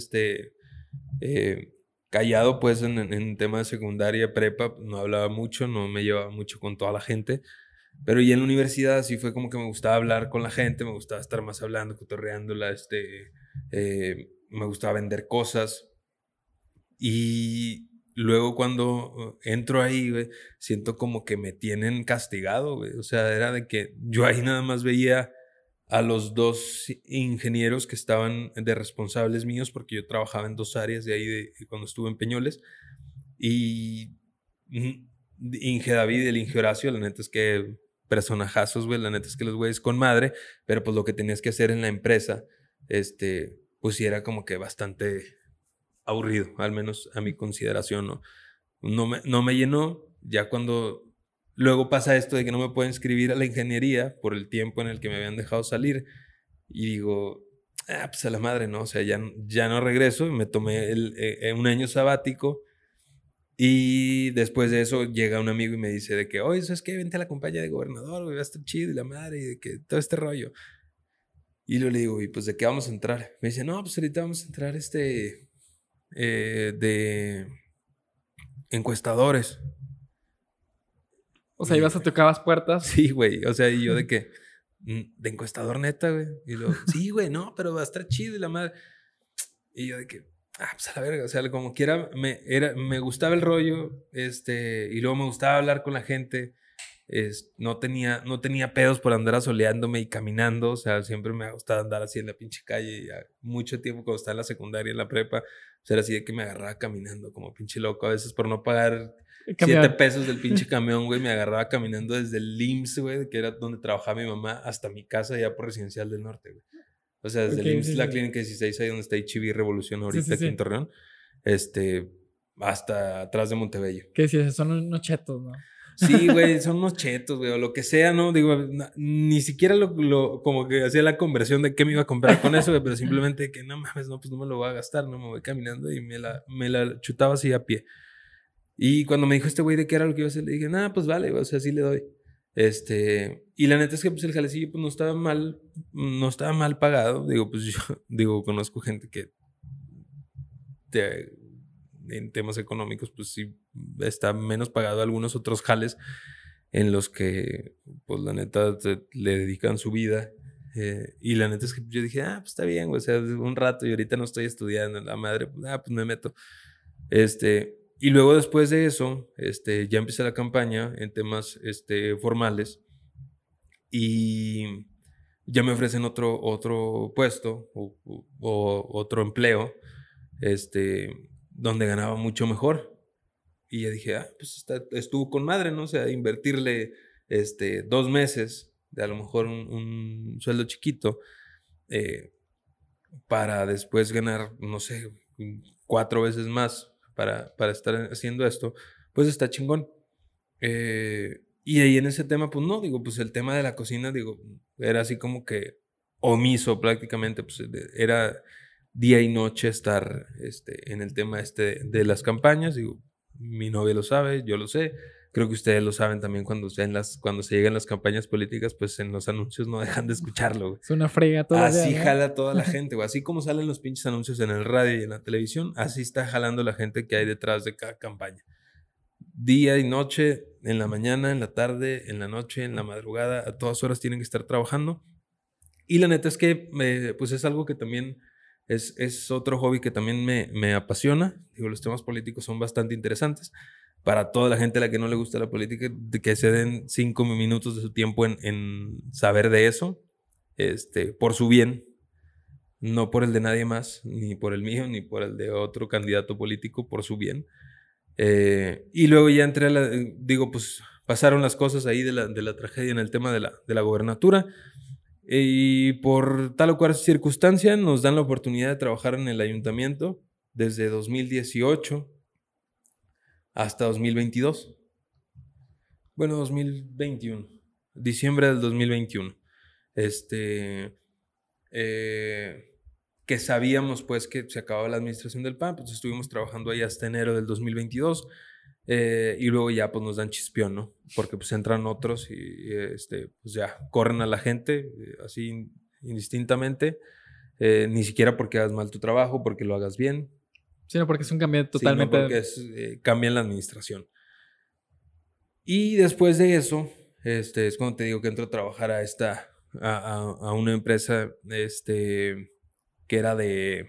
callado, pues, en tema de secundaria, prepa, no hablaba mucho, no me llevaba mucho con toda la gente, pero ya en la universidad sí fue como que me gustaba hablar con la gente, me gustaba estar más hablando, cotorreándola, me gustaba vender cosas, y luego cuando entro ahí, güey, siento como que me tienen castigado, güey. O sea, era de que yo ahí nada más veía a los dos ingenieros que estaban de responsables míos, porque yo trabajaba en dos áreas de ahí cuando estuve en Peñoles. Y Inge David y el Inge Horacio, la neta es que personajazos, güey, la neta es que los güeyes con madre, pero pues lo que tenías que hacer en la empresa, pues sí era como que bastante aburrido, al menos a mi consideración, ¿no? No me llenó, ya cuando luego pasa esto de que no me puedo inscribir a la ingeniería por el tiempo en el que me habían dejado salir, y digo, pues a la madre, ¿no? O sea, ya no regreso, me tomé un año sabático, y después de eso llega un amigo y me dice de que, oye, ¿sabes qué? Vente a la compañía de gobernador, güey, va a estar chido, y la madre, y de que todo este rollo. Y yo le digo, ¿y pues de qué vamos a entrar? Me dice, no, pues ahorita vamos a entrar de encuestadores. O sea, ibas a tocabas puertas. Sí, güey. O sea, y yo de que, de encuestador neta, güey. Y luego, sí, güey, no, pero va a estar chido y la madre. Y yo de que, pues a la verga. O sea, como quiera, me gustaba el rollo, y luego me gustaba hablar con la gente. No tenía pedos por andar asoleándome y caminando. O sea, siempre me ha gustado andar así en la pinche calle. Y mucho tiempo cuando estaba en la secundaria, en la prepa, pues era así de que me agarraba caminando como pinche loco. A veces por no pagar 7 pesos del pinche camión, güey, me agarraba caminando desde el IMSS, güey, que era donde trabajaba mi mamá, hasta mi casa ya por Residencial del Norte, güey. O sea, desde el IMSS, la Clínica 16, ahí donde está HB Revolución ahorita, aquí en Torreón, hasta atrás de Montebello. ¿Qué decías? Son unos chetos, ¿no? Sí, güey, son unos chetos, güey, o lo que sea, ¿no? Digo, ni siquiera como que hacía la conversión de qué me iba a comprar con eso, güey, pero simplemente que no mames, no, pues no me lo voy a gastar, no me voy caminando y me la chutaba así a pie. Y cuando me dijo este güey de qué era lo que iba a hacer, le dije, pues vale, güey, o sea, sí le doy. Y la neta es que pues el jalecillo pues no estaba mal pagado. Digo, pues yo conozco gente que en temas económicos pues sí está menos pagado algunos otros jales en los que pues la neta le dedican su vida. Y la neta es que yo dije, pues está bien, güey, o sea, un rato y ahorita no estoy estudiando, la madre, pues me meto. Y luego después de eso, ya empecé la campaña en temas formales y ya me ofrecen otro puesto o otro empleo, donde ganaba mucho mejor. Y ya dije, pues estuvo con madre, ¿no? O sea, invertirle 2 meses de a lo mejor un sueldo chiquito para después ganar, no sé, 4 veces más para estar haciendo esto, pues está chingón. Y ahí en ese tema, pues no, digo, pues el tema de la cocina, digo, era así como que omiso prácticamente, pues era día y noche estar en el tema de las campañas. Digo, mi novia lo sabe, yo lo sé. Creo que ustedes lo saben también cuando se llegan las campañas políticas, pues en los anuncios no dejan de escucharlo, güey. Es una frega todavía, Así ¿no? jala toda la gente, güey. Así como salen los pinches anuncios en el radio y en la televisión, así está jalando la gente que hay detrás de cada campaña. Día y noche, en la mañana, en la tarde, en la noche, en la madrugada, a todas horas tienen que estar trabajando. Y la neta es que pues es algo que también es otro hobby que también me apasiona. Digo, los temas políticos son bastante interesantes. Para toda la gente a la que no le gusta la política, de que se den 5 minutos de su tiempo en saber de eso, por su bien, no por el de nadie más, ni por el mío, ni por el de otro candidato político, por su bien. Y luego ya entré digo, pues pasaron las cosas ahí de la tragedia en el tema de la gobernatura. Y por tal o cual circunstancia nos dan la oportunidad de trabajar en el ayuntamiento desde 2018 hasta 2022. Bueno, 2021. Diciembre del 2021. Que sabíamos pues que se acababa la administración del PAN, pues estuvimos trabajando ahí hasta enero del 2022. Y luego ya pues nos dan chispión, ¿no? Porque pues entran otros y pues ya corren a la gente así indistintamente, ni siquiera porque hagas mal tu trabajo, porque lo hagas bien, sino porque es un cambio totalmente... sino porque cambian la administración. Y después de eso, es cuando te digo que entro a trabajar a una empresa que era de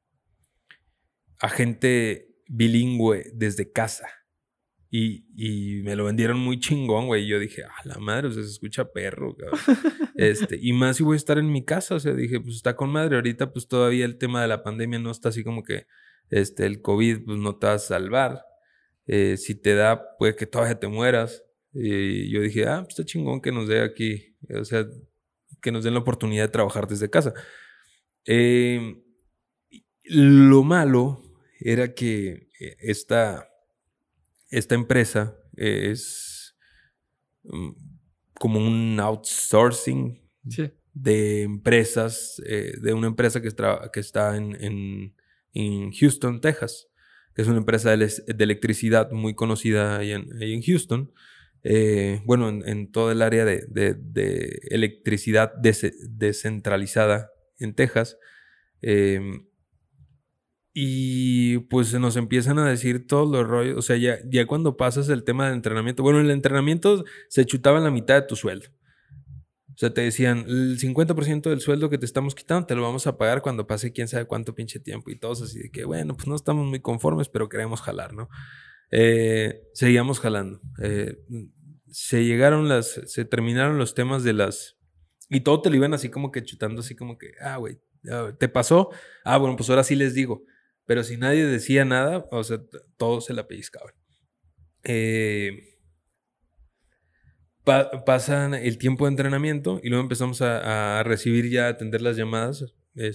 agente bilingüe desde casa. Y me lo vendieron muy chingón, güey. Y yo dije, la madre, o sea, se escucha perro, cabrón. Y más si voy a estar en mi casa, o sea, dije, pues está con madre. Ahorita, pues todavía el tema de la pandemia no está así como que el COVID, pues no te va a salvar. Si te da, puede que todavía te mueras. Y yo dije, pues está chingón que nos dé aquí, o sea, que nos den la oportunidad de trabajar desde casa. Lo malo era que esta empresa es como un outsourcing de empresas, de una empresa que está en Houston, Texas. Es una empresa de electricidad muy conocida ahí en Houston. Bueno, en todo el área de electricidad descentralizada en Texas. Y pues se nos empiezan a decir todos los rollos. O sea, ya cuando pasas el tema del entrenamiento. Bueno, el entrenamiento se chutaba en la mitad de tu sueldo. O sea, te decían, el 50% del sueldo que te estamos quitando te lo vamos a pagar cuando pase quién sabe cuánto pinche tiempo. Y todos así de que, bueno, pues no estamos muy conformes, pero queremos jalar, ¿no? Seguíamos jalando. Se terminaron los temas de las... Y todo te lo iban así como que chutando, así como que, güey, ¿te pasó? Bueno, pues ahora sí les digo. Pero si nadie decía nada, o sea, todos se la pellizcaban. Pasan el tiempo de entrenamiento y luego empezamos a recibir ya, a atender las llamadas.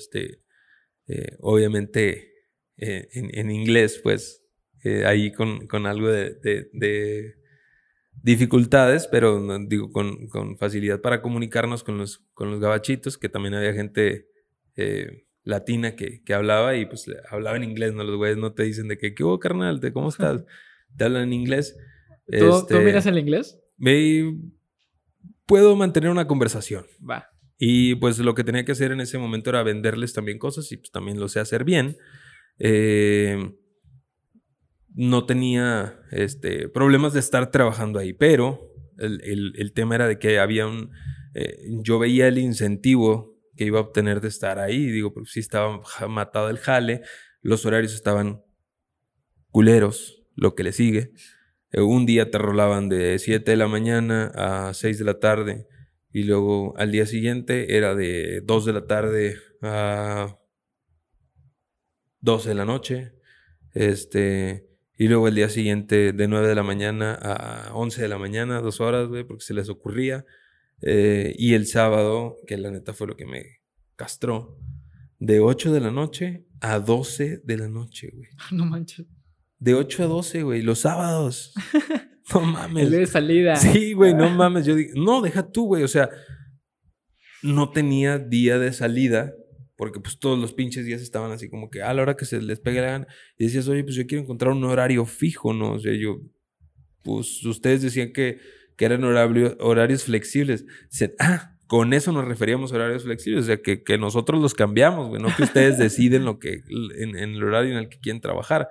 Obviamente en inglés, pues, ahí con algo de dificultades, pero digo, con facilidad para comunicarnos con los gabachitos, que también había gente latina que hablaba y pues hablaba en inglés, ¿no? Los güeyes no te dicen de que, ¿qué hubo, carnal? ¿Cómo estás? Te hablan en inglés. ¿Tú miras el inglés? puedo mantener una conversación. Va. Y pues lo que tenía que hacer en ese momento era venderles también cosas y pues también lo sé hacer bien. No tenía problemas de estar trabajando ahí, pero el tema era de que había yo veía el incentivo que iba a obtener de estar ahí. Digo, pues sí estaba matado el jale, los horarios estaban culeros, lo que le sigue. Un día te rolaban de 7 de la mañana a 6 de la tarde y luego al día siguiente era de 2 de la tarde a 12 de la noche. Y luego el día siguiente de 9 de la mañana a 11 de la mañana, 2 horas, güey, porque se les ocurría. Y el sábado, que la neta fue lo que me castró, de 8 de la noche a 12 de la noche, güey. No manches. De 8 a 12, güey, los sábados. No mames. El día de salida. Sí, güey, no mames. Yo digo, no, deja tú, güey. O sea, no tenía día de salida porque pues todos los pinches días estaban así como que a la hora que se les pegue la gana. Y decías, oye, pues yo quiero encontrar un horario fijo, ¿no? O sea, pues ustedes decían que eran horarios flexibles. Dicen, con eso nos referíamos a horarios flexibles. O sea, que nosotros los cambiamos, güey. No que ustedes deciden en el horario en el que quieren trabajar.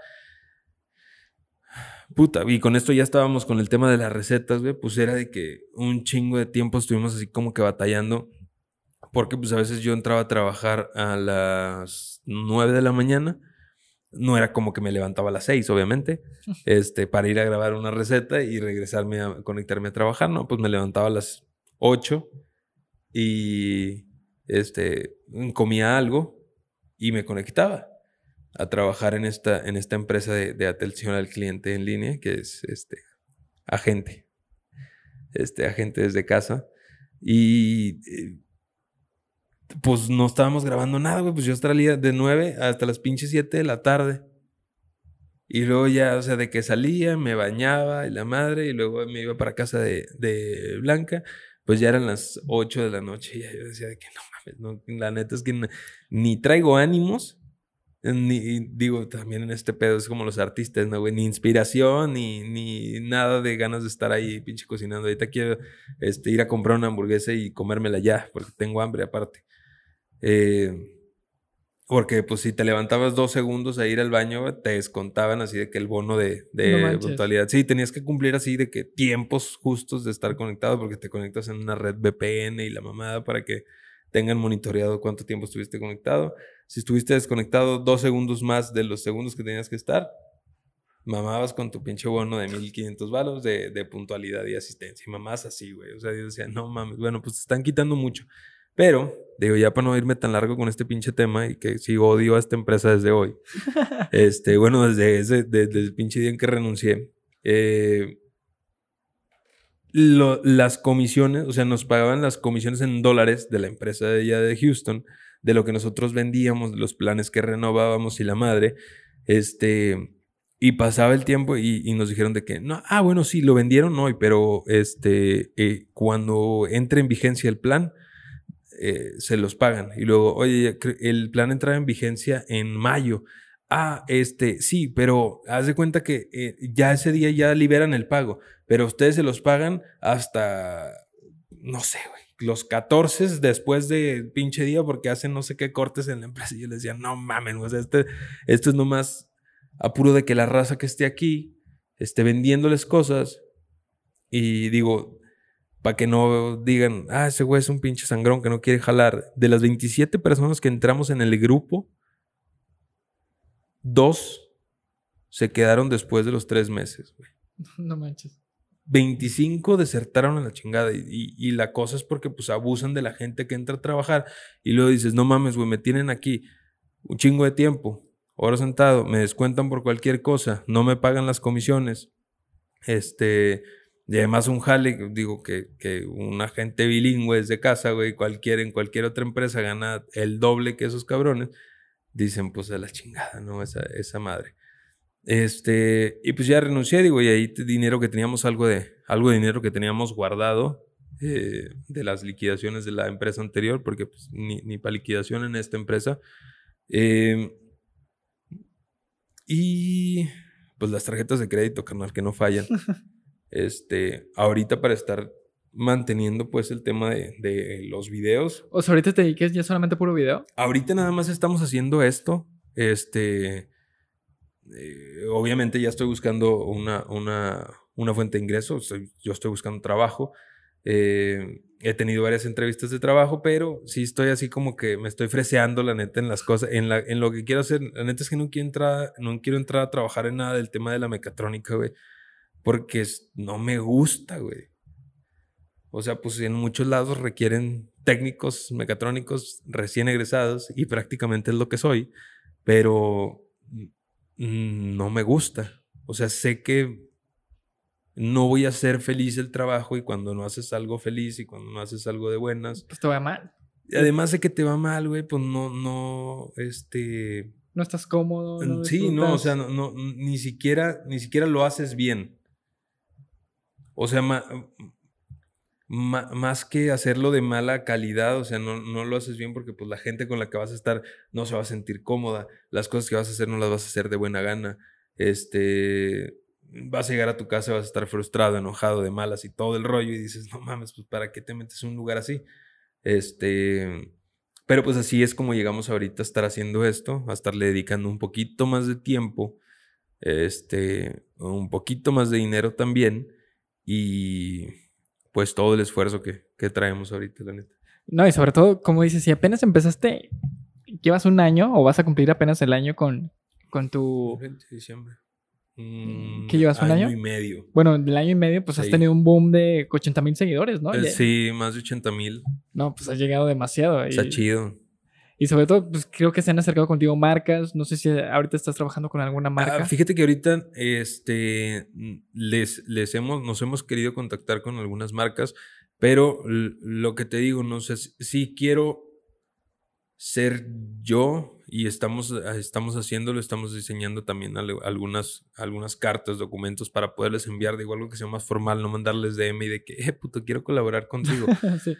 Puta, y con esto ya estábamos con el tema de las recetas, güey. Pues era de que un chingo de tiempo estuvimos así como que batallando. Porque pues a veces yo entraba a trabajar a las 9 de la mañana. No era como que me levantaba a las 6, obviamente, para ir a grabar una receta y regresarme a conectarme a trabajar, ¿no? Pues me levantaba a las 8 y comía algo y me conectaba a trabajar en esta empresa de atención al cliente en línea, que es agente desde casa. Y pues no estábamos grabando nada, güey. Pues yo salía de 9 hasta las pinches 7 de la tarde. Y luego ya, o sea, de que salía, me bañaba y la madre, y luego me iba para casa de Blanca, pues ya eran las 8 de la noche. Y yo decía de que no mames, no, la neta es que ni traigo ánimos, ni digo, también en este pedo es como los artistas, ¿no, güey? Ni inspiración, ni nada de ganas de estar ahí pinche cocinando. Ahorita quiero ir a comprar una hamburguesa y comérmela ya, porque tengo hambre aparte. Porque pues si te levantabas 2 segundos a ir al baño, te descontaban así de que el bono de No puntualidad. Sí, tenías que cumplir así de que tiempos justos de estar conectado, porque te conectas en una red VPN y la mamada para que tengan monitoreado cuánto tiempo estuviste conectado. Si estuviste desconectado 2 segundos más de los segundos que tenías que estar, mamabas con tu pinche bono de 1,500 varos de puntualidad y asistencia. Y mamás así, güey. O sea, yo decía, no mames, bueno, pues te están quitando mucho. Pero, digo, ya para no irme tan largo con este pinche tema y que sí odio a esta empresa desde hoy. Bueno, desde el pinche día en que renuncié. Las comisiones, o sea, nos pagaban las comisiones en dólares de la empresa de allá de Houston, de lo que nosotros vendíamos, de los planes que renovábamos y la madre. Y pasaba el tiempo y nos dijeron de que, no, bueno, sí, lo vendieron hoy, pero cuando entre en vigencia el plan, se los pagan. Y luego, oye, el plan entraba en vigencia en mayo. Sí, pero haz de cuenta que ya ese día ya liberan el pago, pero ustedes se los pagan hasta, no sé, güey, los 14 después de pinche día porque hacen no sé qué cortes en la empresa. Y yo les decía, no mamen, o sea, esto es nomás apuro de que la raza que esté aquí esté vendiéndoles cosas. Y digo, para que no digan, ese güey es un pinche sangrón que no quiere jalar. De las 27 personas que entramos en el grupo, 2 se quedaron después de los 3 meses, güey. No manches. 25 desertaron a la chingada. Y la cosa es porque pues abusan de la gente que entra a trabajar. Y luego dices, no mames, güey, me tienen aquí un chingo de tiempo, ahora sentado, me descuentan por cualquier cosa, no me pagan las comisiones. Y además un jale, digo que un agente bilingüe desde casa, güey, en cualquier otra empresa gana el doble que esos cabrones. Dicen, pues a la chingada, ¿no? Esa madre. Y pues ya renuncié, digo, y ahí dinero que teníamos, algo de dinero que teníamos guardado de las liquidaciones de la empresa anterior, porque pues ni para liquidación en esta empresa. Y pues las tarjetas de crédito, carnal, que no fallan. Ahorita para estar manteniendo pues el tema de los videos. O sea, ahorita te dediques ya solamente a puro video. Ahorita nada más estamos haciendo esto. Obviamente ya estoy buscando una fuente de ingresos. Yo estoy buscando trabajo. He tenido varias entrevistas de trabajo, pero sí estoy así como que me estoy freseando, la neta, en las cosas, en lo que quiero hacer. La neta es que no quiero entrar a trabajar en nada del tema de la mecatrónica, güey, porque no me gusta, güey. O sea, pues en muchos lados requieren técnicos mecatrónicos recién egresados y prácticamente es lo que soy, pero no me gusta. O sea, sé que no voy a hacer feliz el trabajo y cuando no haces algo feliz y cuando no haces algo de buenas, pues te va mal. Además de que te va mal, güey, pues no, no estás cómodo, no sí, disfrutas. no, o sea, no, ni siquiera lo haces bien. O sea, más que hacerlo de mala calidad, o sea, no lo haces bien porque pues la gente con la que vas a estar no se va a sentir cómoda. Las cosas que vas a hacer no las vas a hacer de buena gana. Vas a llegar a tu casa y vas a estar frustrado, enojado, de malas y todo el rollo y dices, no mames, pues ¿para qué te metes en un lugar así? Pero pues así es como llegamos ahorita a estar haciendo esto, a estarle dedicando un poquito más de tiempo, un poquito más de dinero también y pues todo el esfuerzo que traemos ahorita, la neta. No, y sobre todo, como dices, si apenas empezaste, llevas un año o vas a cumplir apenas el año con tu... 20 de diciembre. ¿Qué llevas, un año? Año y medio. Bueno, del año y medio, pues sí. Has tenido un boom de 80,000 seguidores, ¿no? Sí, más de 80,000. No, pues has llegado demasiado. Está chido. Y sobre todo, pues creo que se han acercado contigo marcas. No sé si ahorita estás trabajando con alguna marca. Fíjate que ahorita nos hemos querido contactar con algunas marcas, pero lo que te digo, no sé, sí quiero ser yo y estamos haciéndolo, estamos diseñando también algunas cartas, documentos para poderles enviar, digo, algo que sea más formal, no mandarles DM y de que, puto, quiero colaborar contigo. Sí.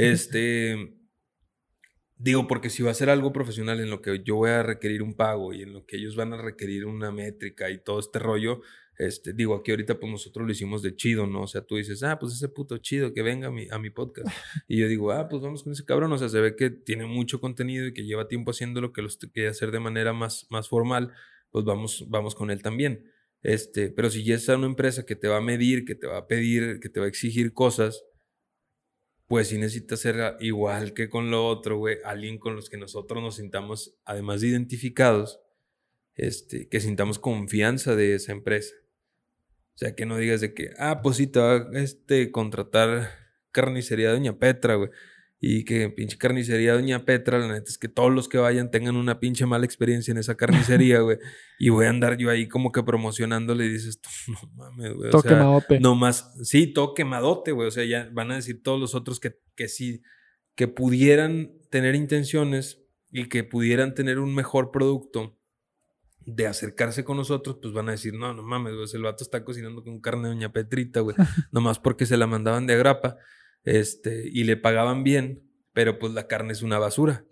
Digo, porque si va a ser algo profesional en lo que yo voy a requerir un pago y en lo que ellos van a requerir una métrica y todo este rollo, digo, aquí ahorita pues nosotros lo hicimos de chido, ¿no? O sea, tú dices, pues ese puto chido que venga a mi podcast. Y yo digo, pues vamos con ese cabrón. O sea, se ve que tiene mucho contenido y que lleva tiempo haciendo lo que los quiere hacer de manera más formal, pues vamos con él también. Pero si ya es una empresa que te va a medir, que te va a pedir, que te va a exigir cosas, pues sí necesita ser igual que con lo otro, güey, alguien con los que nosotros nos sintamos, además de identificados, que sintamos confianza de esa empresa. O sea, que no digas de que, pues sí, te va a contratar carnicería Doña Petra, güey. Y que pinche carnicería Doña Petra, la neta es que todos los que vayan tengan una pinche mala experiencia en esa carnicería, güey. Y voy a andar yo ahí como que promocionándole y dices, no mames, güey. Todo quemadote. No más, sí, todo quemadote, güey. O sea, ya van a decir todos los otros que sí, que pudieran tener intenciones y que pudieran tener un mejor producto de acercarse con nosotros, pues van a decir, no mames, güey, el vato está cocinando con carne de Doña Petrita, güey. Nomás porque se la mandaban de agrapa. Y le pagaban bien, pero pues la carne es una basura.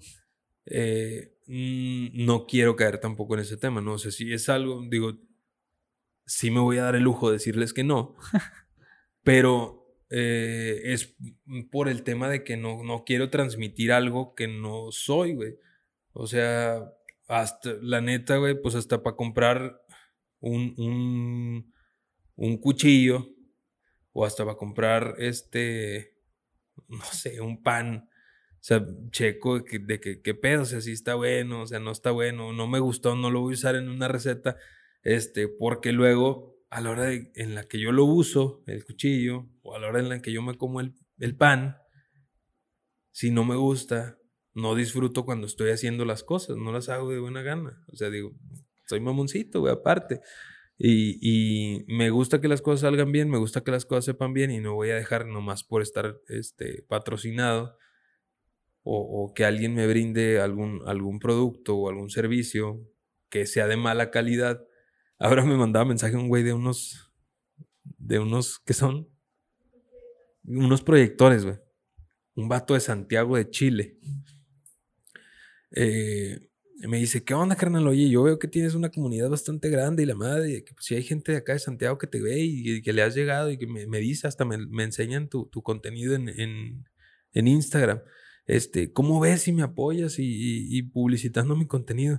No quiero caer tampoco en ese tema, ¿no? O sea, si es algo, digo, sí me voy a dar el lujo de decirles que no, pero es por el tema de que no quiero transmitir algo que no soy, güey. O sea, hasta, la neta, güey, pues hasta para comprar un cuchillo o hasta para comprar no sé, un pan, o sea, checo de que qué pedo, o sea, si está bueno, o sea, no está bueno, no me gustó, no lo voy a usar en una receta, porque luego a la hora en la que yo lo uso, el cuchillo, o a la hora en la que yo me como el pan, si no me gusta, no disfruto cuando estoy haciendo las cosas, no las hago de buena gana, o sea, digo, soy mamoncito, güey, aparte. Y me gusta que las cosas salgan bien, me gusta que las cosas sepan bien y no voy a dejar nomás por estar patrocinado o que alguien me brinde algún producto o algún servicio que sea de mala calidad. Ahora me mandaba mensaje un güey de unos que son unos proyectores, güey. Un vato de Santiago de Chile. Y me dice, ¿qué onda, carnal? Oye, yo veo que tienes una comunidad bastante grande y la madre, y que pues, si hay gente de acá de Santiago que te ve y que le has llegado y que me dice, hasta me enseñan tu contenido en Instagram. ¿Cómo ves si me apoyas y publicitando mi contenido?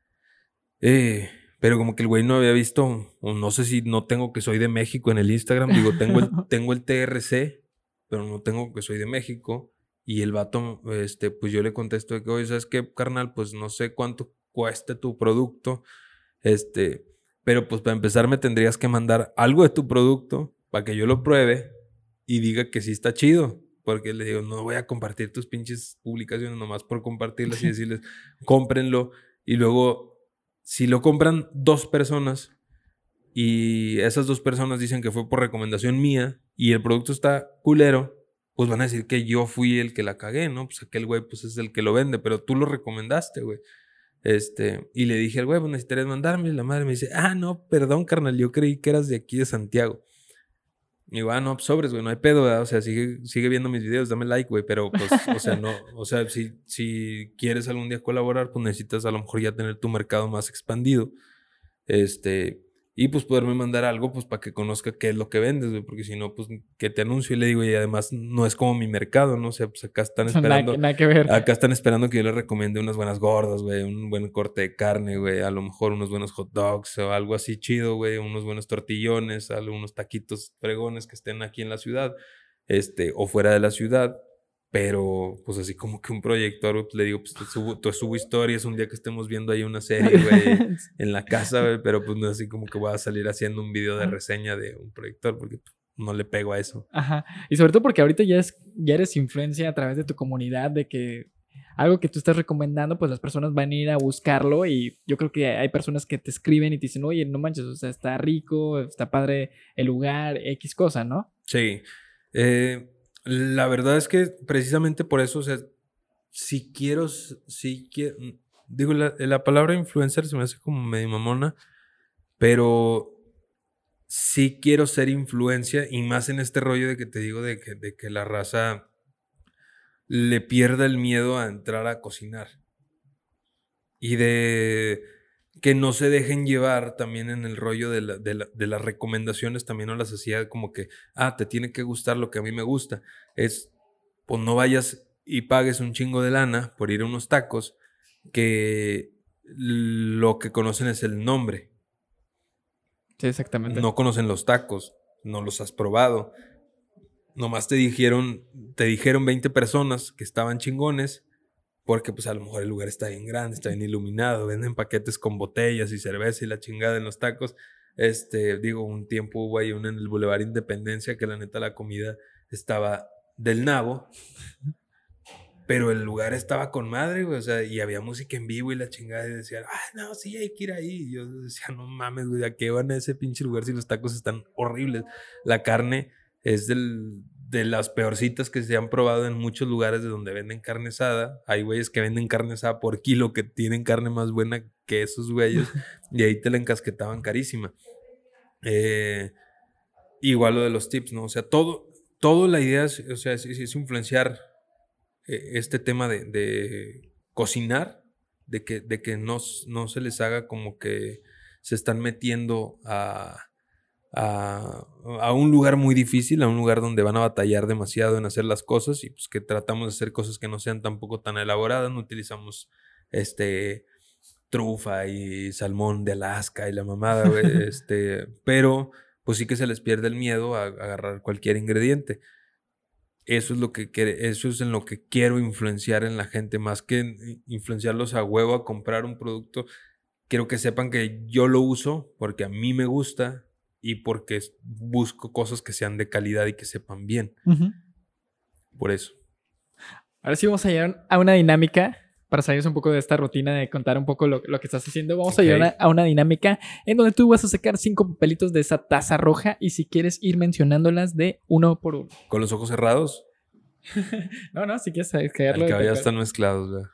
Pero como que el güey no había visto, o no sé si no tengo que soy de México en el Instagram. Digo, tengo el TRC, pero no tengo que soy de México. Y el vato, pues yo le contesto de que, oye, ¿sabes qué, carnal? Pues no sé cuánto cuesta tu producto. Pero pues para empezar me tendrías que mandar algo de tu producto para que yo lo pruebe y diga que sí está chido. Porque le digo, no voy a compartir tus pinches publicaciones nomás por compartirlas y decirles, cómprenlo. Y luego, si lo compran 2 personas y esas 2 personas dicen que fue por recomendación mía y el producto está culero, pues van a decir que yo fui el que la cagué, ¿no? Pues aquel güey pues es el que lo vende, pero tú lo recomendaste, güey. Y le dije al güey, pues necesitarías mandarme. Y la madre me dice, no, perdón, carnal, yo creí que eras de aquí de Santiago. Y digo, no, pues sobres, güey, no hay pedo, ¿verdad? O sea, sigue viendo mis videos, dame like, güey, pero pues, o sea, no, o sea, si quieres algún día colaborar, pues necesitas a lo mejor ya tener tu mercado más expandido. Y pues poderme mandar algo, pues para que conozca qué es lo que vendes, güey, porque si no, pues que te anuncio y le digo, y además no es como mi mercado, ¿no? O sea, pues acá están esperando. Nada que ver. Acá están esperando que yo les recomiende unas buenas gordas, güey, un buen corte de carne, güey, a lo mejor unos buenos hot dogs o algo así chido, güey, unos buenos tortillones, unos taquitos fregones que estén aquí en la ciudad, o fuera de la ciudad. Pero, pues así como que un proyector, pues, le digo, pues te subo historias un día que estemos viendo ahí una serie, güey, en la casa, güey, pero pues no es así como que voy a salir haciendo un video de reseña de un proyector, porque pues, no le pego a eso. Ajá. Y sobre todo porque ahorita ya eres influencia a través de tu comunidad, de que algo que tú estás recomendando, pues las personas van a ir a buscarlo y yo creo que hay personas que te escriben y te dicen, oye, no manches, o sea, está rico, está padre el lugar, X cosa, ¿no? Sí. La verdad es que precisamente por eso, o sea, si quiero, digo, la palabra influencer se me hace como medio mamona, pero sí quiero ser influencia y más en este rollo de que te digo de que la raza le pierda el miedo a entrar a cocinar y de que no se dejen llevar también en el rollo de las recomendaciones. También no las hacía como que, te tiene que gustar lo que a mí me gusta. Pues no vayas y pagues un chingo de lana por ir a unos tacos que lo que conocen es el nombre. Sí, exactamente. No conocen los tacos, no los has probado. Nomás te dijeron 20 personas que estaban chingones. Porque pues a lo mejor el lugar está bien grande, está bien iluminado, venden paquetes con botellas y cerveza y la chingada en los tacos. Digo, un tiempo hubo ahí uno en el Boulevard Independencia que la neta la comida estaba del nabo, pero el lugar estaba con madre, güey, o sea, y había música en vivo y la chingada y decían, no, sí, hay que ir ahí. Y yo decía, no mames, güey, ¿a qué van a ese pinche lugar si los tacos están horribles? La carne es de las peorcitas que se han probado en muchos lugares de donde venden carne asada. Hay güeyes que venden carne asada por kilo que tienen carne más buena que esos güeyes y ahí te la encasquetaban carísima. Igual lo de los tips, ¿no? O sea, todo la idea es influenciar este tema de cocinar, de que no se les haga como que se están metiendo a un lugar muy difícil, a un lugar donde van a batallar demasiado en hacer las cosas y pues que tratamos de hacer cosas que no sean tampoco tan elaboradas. No utilizamos trufa y salmón de Alaska y la mamada, güey, pero pues sí que se les pierde el miedo a agarrar cualquier ingrediente. Eso es en lo que quiero influenciar en la gente, más que influenciarlos a huevo a comprar un producto. Quiero que sepan que yo lo uso porque a mí me gusta y porque busco cosas que sean de calidad y que sepan bien. Uh-huh. Por eso. Ahora sí vamos a llegar a una dinámica para salirnos un poco de esta rutina de contar un poco lo que estás haciendo. Vamos a llegar a una dinámica en donde tú vas a sacar 5 papelitos de esa taza roja y si quieres ir mencionándolas de uno por uno. ¿Con los ojos cerrados? No, si quieres caerlo. El que ya están mezclados, ¿verdad?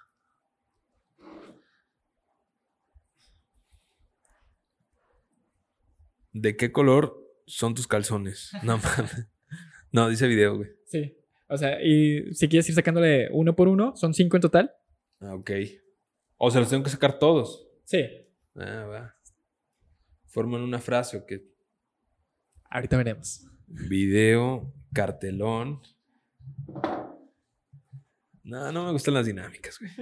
¿De qué color son tus calzones? No mames. No, dice video, güey. Sí. O sea, y si quieres ir sacándole uno por uno, son 5 en total. Ok. O se los tengo que sacar todos. Sí. Ah, va. Forman una frase o qué. Ahorita veremos. Video, cartelón. No me gustan las dinámicas, güey.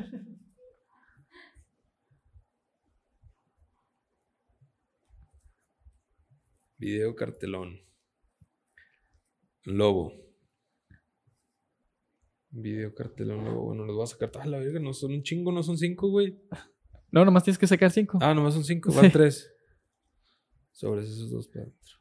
Video, cartelón. Lobo. Video, cartelón, lobo. Bueno, los voy a sacar. Ah, la verga, no son un chingo, no son 5, güey. No, nomás tienes que sacar 5. Ah, nomás son 5, van 3. Sobres esos 2 para adentro.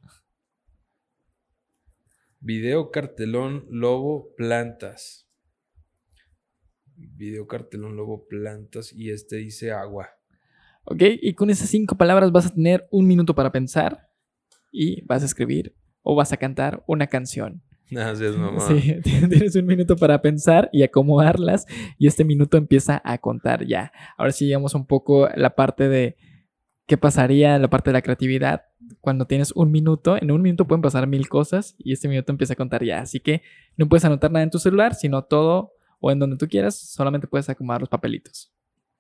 Video, cartelón, lobo, plantas. Video, cartelón, lobo, plantas. Y este dice agua. Ok, y con esas 5 palabras vas a tener 1 minuto para pensar y vas a escribir o vas a cantar una canción. Gracias, mamá. Sí, tienes 1 minuto para pensar y acomodarlas y este minuto empieza a contar ya. Ahora sí llegamos un poco a la parte de qué pasaría, la parte de la creatividad. Cuando tienes 1 minuto, en 1 minuto pueden pasar 1000 cosas y este minuto empieza a contar ya. Así que no puedes anotar nada en tu celular, sino todo o en donde tú quieras, solamente puedes acomodar los papelitos.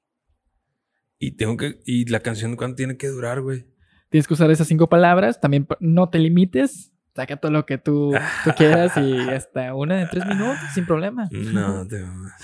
Y la canción, ¿cuánto tiene que durar, güey? Tienes que usar esas 5 palabras. También no te limites. Saca todo lo que tú quieras y hasta una de 3 minutos sin problema. No, te mamas.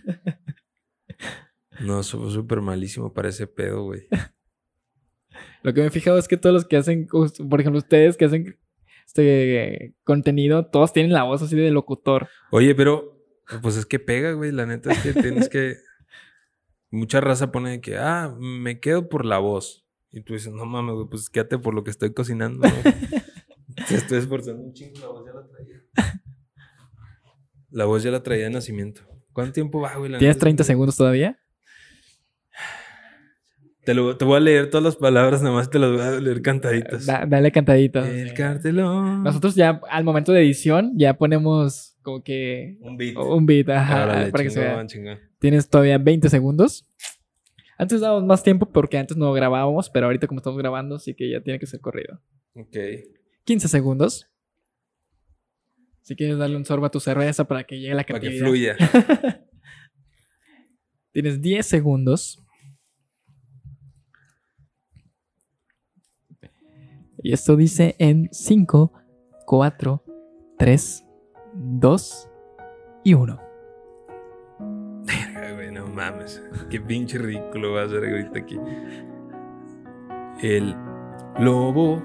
No, soy súper malísimo para ese pedo, güey. Lo que me he fijado es que todos los que hacen, por ejemplo, ustedes que hacen este contenido, todos tienen la voz así de locutor. Oye, pero pues es que pega, güey. La neta es que tienes que... Mucha raza pone que, me quedo por la voz. Y tú dices, no mames, güey, pues quédate por lo que estoy cocinando, ¿no? Te estoy esforzando un chingo, la voz ya la traía. La voz ya la traía de nacimiento. ¿Cuánto tiempo va, güey? ¿Tienes 30 segundos todavía? Te voy a leer todas las palabras, nada más te las voy a leer cantaditas. Dale cantaditas. El cartelón. Nosotros ya al momento de edición ya ponemos como que... Un beat, ajá. Órale, para que se chingón, vea. chingón. Tienes todavía 20 segundos. Antes dábamos más tiempo porque antes no grabábamos, pero ahorita como estamos grabando, sí que ya tiene que ser corrido. Ok. 15 segundos. Si quieres darle un sorbo a tu cerveza para que llegue la Para que creatividad. fluya. Tienes 10 segundos. Y esto dice en 5, 4, 3, 2 y 1. Ay, güey, no mames. Qué pinche ridículo va a ser ahorita aquí. El lobo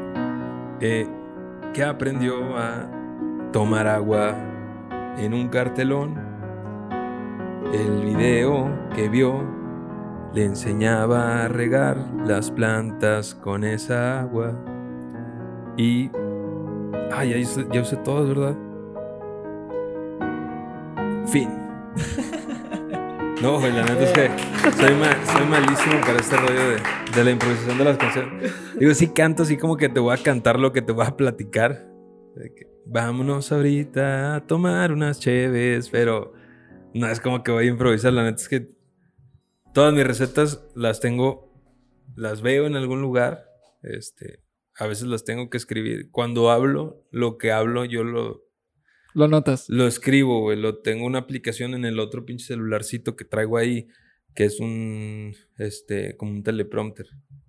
que aprendió a tomar agua en un cartelón. El video que vio le enseñaba a regar las plantas con esa agua. Y... ya usé todas, ¿verdad? Fin. No, güey, la neta es que soy malísimo para este rollo de la improvisación de las canciones. Digo, sí canto, así como que te voy a cantar lo que te voy a platicar. Vámonos ahorita a tomar unas cheves, pero no es como que voy a improvisar. La neta es que todas mis recetas las veo en algún lugar. A veces las tengo que escribir. Cuando hablo, lo que hablo yo Lo notas. lo escribo, güey. Tengo una aplicación en el otro pinche celularcito que traigo ahí, que es como un teleprompter.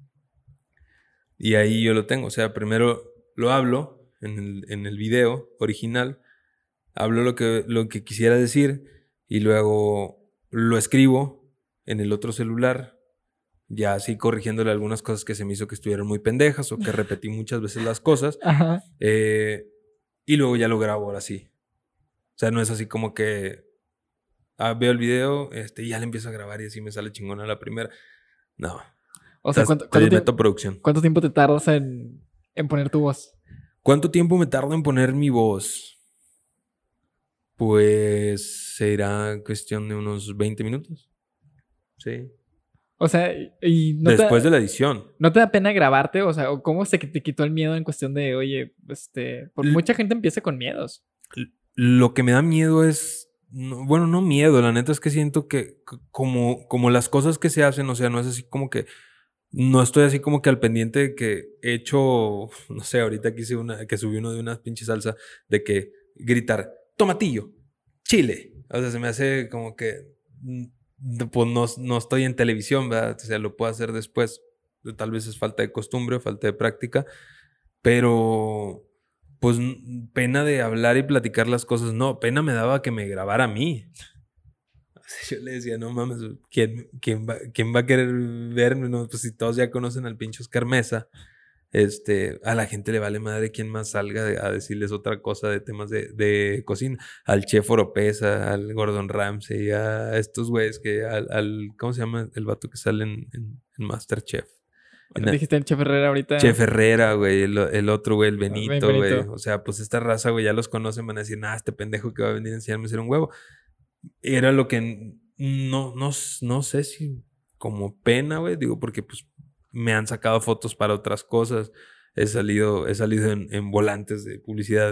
Y ahí yo lo tengo. O sea, primero lo hablo en el video original. Hablo lo que quisiera decir y luego lo escribo en el otro celular, ya así corrigiéndole algunas cosas que se me hizo que estuvieran muy pendejas o que repetí muchas veces las cosas. Ajá. Y luego ya lo grabo ahora sí. O sea, no es así como que veo el video y ya le empiezo a grabar y así me sale chingona la primera. No. O sea, ¿cuánto tiempo te tardas en poner tu voz? ¿Cuánto tiempo me tardo en poner mi voz? Pues será cuestión de unos 20 minutos. Sí. O sea, y después de la edición. ¿No te da pena grabarte? O sea, ¿cómo se te quitó el miedo en cuestión de, oye, porque mucha gente empieza con miedos? Lo que me da miedo es... Bueno, no miedo. La neta es que siento que como las cosas que se hacen, o sea, no es así como que... No estoy así como que al pendiente de que he hecho... No sé, ahorita que subí uno de una pinche salsa de que gritar... Tomatillo, chile. O sea, se me hace como que... pues no estoy en televisión, ¿verdad? O sea, lo puedo hacer después. Tal vez es falta de costumbre, falta de práctica, pero pues pena de hablar y platicar las cosas, no, pena me daba que me grabara a mí. Yo le decía, no mames, ¿quién va a querer verme? No, pues si todos ya conocen al pinche Oscar Mesa, a la gente le vale madre quién más salga a decirles otra cosa de temas de cocina. Al Chef Oropesa, al Gordon Ramsay, a estos güeyes ¿cómo se llama el vato que sale en MasterChef? Dijiste el Chef Herrera ahorita. Chef Herrera, güey, el otro, güey, el Benito. Benito, güey. O sea, pues esta raza, güey, ya los conocen, van a decir, este pendejo que va a venir a enseñarme a hacer un huevo. Era lo que no sé si como pena, güey, digo, porque pues me han sacado fotos para otras cosas. He salido en volantes de publicidad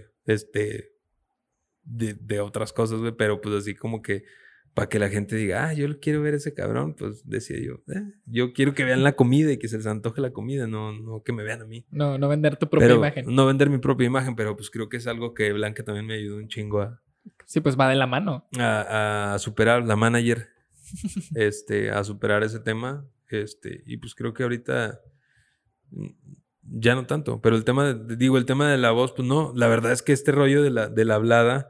de otras cosas, güey, pero pues así como que para que la gente diga, yo quiero ver a ese cabrón, pues decía yo quiero que vean la comida y que se les antoje la comida, no que me vean a mí. No vender tu propia imagen. No vender mi propia imagen, pero pues creo que es algo que Blanca también me ayudó un chingo a... Sí, pues va de la mano. A superar, la manager, a superar ese tema, y pues creo que ahorita ya no tanto, pero el tema de la voz, pues no, la verdad es que este rollo de la hablada,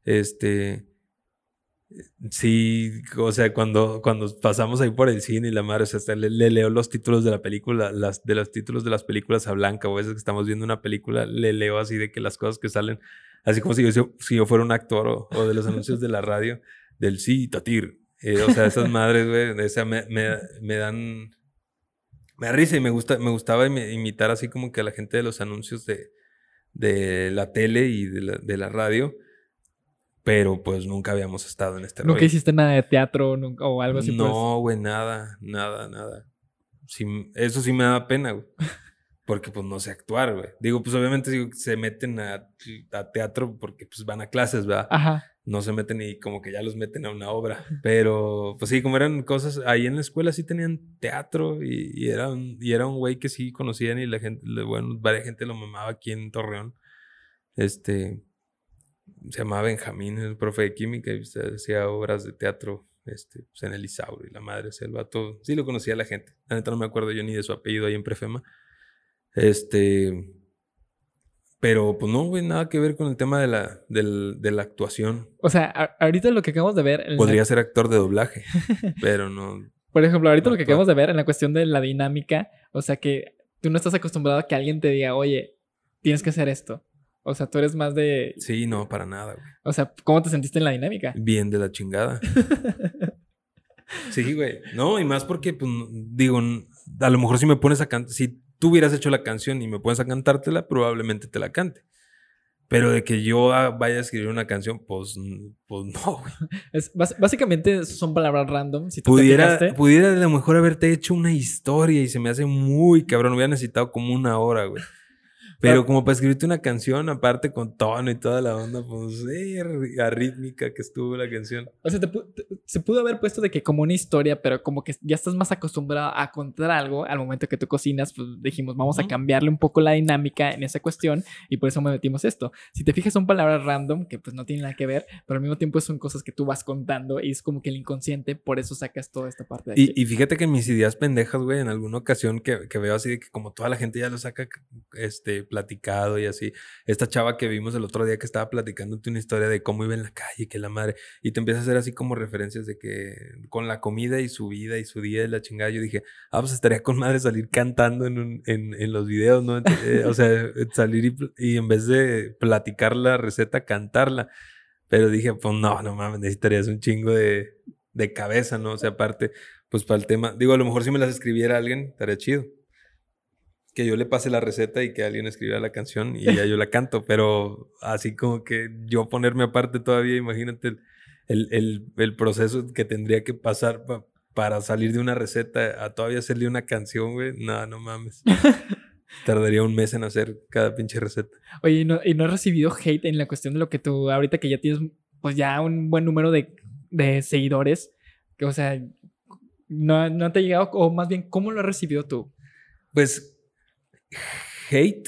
sí, o sea, cuando pasamos ahí por el cine y la madre, o sea, hasta le leo los títulos de la película, los títulos de las películas a Blanca, o a veces que estamos viendo una película, le leo así de que las cosas que salen, así como si yo fuera un actor o de los anuncios de la radio, del sí, Tatir. O sea, esas madres, güey, o sea, me dan... Me da risa y me gustaba imitar así como que a la gente de los anuncios de la tele y de la radio. Pero pues nunca habíamos estado en este rollo. ¿Nunca hiciste nada de teatro o algo así? No, güey, nada. Sí, eso sí me da pena, güey. Porque pues no sé actuar, güey. Digo, pues obviamente se meten a teatro porque pues van a clases, ¿verdad? Ajá. No se meten y como que ya los meten a una obra. Pero pues sí, como eran cosas, ahí en la escuela sí tenían teatro y era un güey que sí conocían y la gente, bueno, varias gente lo mamaba aquí en Torreón. Se llamaba Benjamín, el profe de química, y hacía obras de teatro pues en el Isauro y la madre, o sea, el vato, sí lo conocía la gente. La neta no me acuerdo yo ni de su apellido ahí en Prefema. Pero pues no, güey, nada que ver con el tema de la actuación. O sea, ahorita lo que acabamos de ver... Podría ser actor de doblaje, pero no... Por ejemplo, ahorita lo que acabamos de ver en la cuestión de la dinámica, o sea, que tú no estás acostumbrado a que alguien te diga, oye, tienes que hacer esto. O sea, tú eres más de... Sí, no, para nada, güey. O sea, ¿cómo te sentiste en la dinámica? Bien de la chingada. Sí, güey. No, y más porque, pues, digo, a lo mejor si me pones a cantar, si tú hubieras hecho la canción y me pones a cantártela, probablemente te la cante. Pero de que yo vaya a escribir una canción, pues no, güey. Básicamente son palabras random. Si tú pudiera a lo mejor haberte hecho una historia y se me hace muy cabrón. Hubiera necesitado como 1 hora, güey. Pero como para escribirte una canción, aparte con tono y toda la onda, pues, arrítmica que estuvo la canción. O sea, se pudo haber puesto de que como una historia, pero como que ya estás más acostumbrado a contar algo al momento que tú cocinas, pues dijimos, vamos a cambiarle un poco la dinámica en esa cuestión y por eso me metimos esto. Si te fijas, son palabras random que pues no tienen nada que ver, pero al mismo tiempo son cosas que tú vas contando y es como que el inconsciente, por eso sacas toda esta parte de aquí. Y fíjate que en mis ideas pendejas, güey, en alguna ocasión que veo así de que como toda la gente ya lo saca, platicado y así. Esta chava que vimos el otro día que estaba platicándote una historia de cómo iba en la calle, que la madre, y te empieza a hacer así como referencias de que con la comida y su vida y su día y la chingada, yo dije, pues estaría con madre salir cantando en los videos, ¿no? O sea, salir y en vez de platicar la receta, cantarla. Pero dije, pues no mames, necesitarías un chingo de cabeza, ¿no? O sea, aparte, pues para el tema, digo, a lo mejor si me las escribiera alguien, estaría chido. Que yo le pase la receta y que alguien escriba la canción y ya yo la canto, pero así como que yo ponerme aparte todavía, imagínate el proceso que tendría que pasar para salir de una receta a todavía hacerle una canción, güey. No mames. Tardaría 1 mes en hacer cada pinche receta. Oye, ¿y no has recibido hate en la cuestión de lo que tú, ahorita que ya tienes pues ya un buen número de seguidores, que o sea, no te ha llegado, o más bien, ¿cómo lo has recibido tú? Pues hate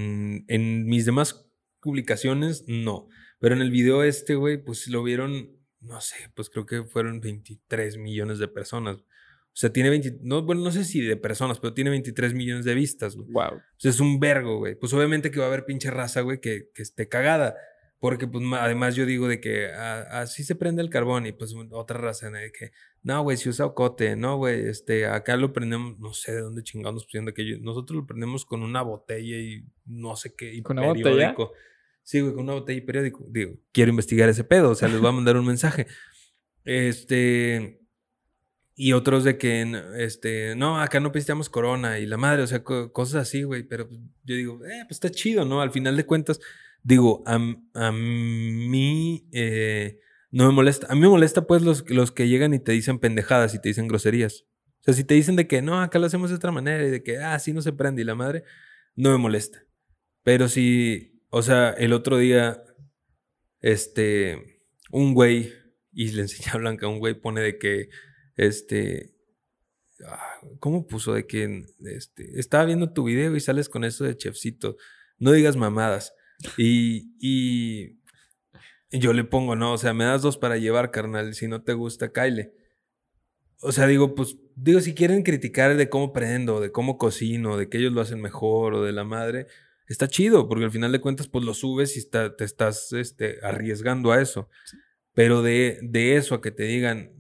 en mis demás publicaciones, no. Pero en el video güey, pues lo vieron no sé, pues creo que fueron 23 millones de personas. O sea, tiene 20, no, bueno, no sé si de personas, pero tiene 23 millones de vistas, güey. Wow. O sea, es un vergo, güey. Pues obviamente que va a haber pinche raza, güey, que esté cagada. Porque, pues, además yo digo de que así se prende el carbón y, pues, otra raza, ¿no? De que, no, güey, si usa ocote, no, güey, acá lo prendemos, no sé de dónde chingados nos pusieron de que nosotros lo prendemos con una botella y no sé qué, y ¿Con una botella? periódico. Sí, güey, con una botella y periódico. Digo, quiero investigar ese pedo, o sea, les voy a mandar un mensaje. Y otros de que, no, acá no pisteamos Corona y la madre, o sea, cosas así, güey. Pero yo digo, pues está chido, ¿no? Al final de cuentas, digo, a mí no me molesta. A mí me molesta, pues, los que llegan y te dicen pendejadas y te dicen groserías. O sea, si te dicen de que, no, acá lo hacemos de otra manera y de que, sí no se prende y la madre, no me molesta. Pero si, o sea, el otro día, un güey, y le enseñé a Blanca, un güey pone de que, ¿cómo puso? De que, estaba viendo tu video y sales con eso de chefcito, no digas mamadas. Y yo le pongo, no, o sea, me das 2 para llevar, carnal, si no te gusta, cáele. O sea, digo, si quieren criticar de cómo prendo, de cómo cocino, de que ellos lo hacen mejor o de la madre, está chido, porque al final de cuentas, pues lo subes y te estás arriesgando a eso. Pero de eso a que te digan,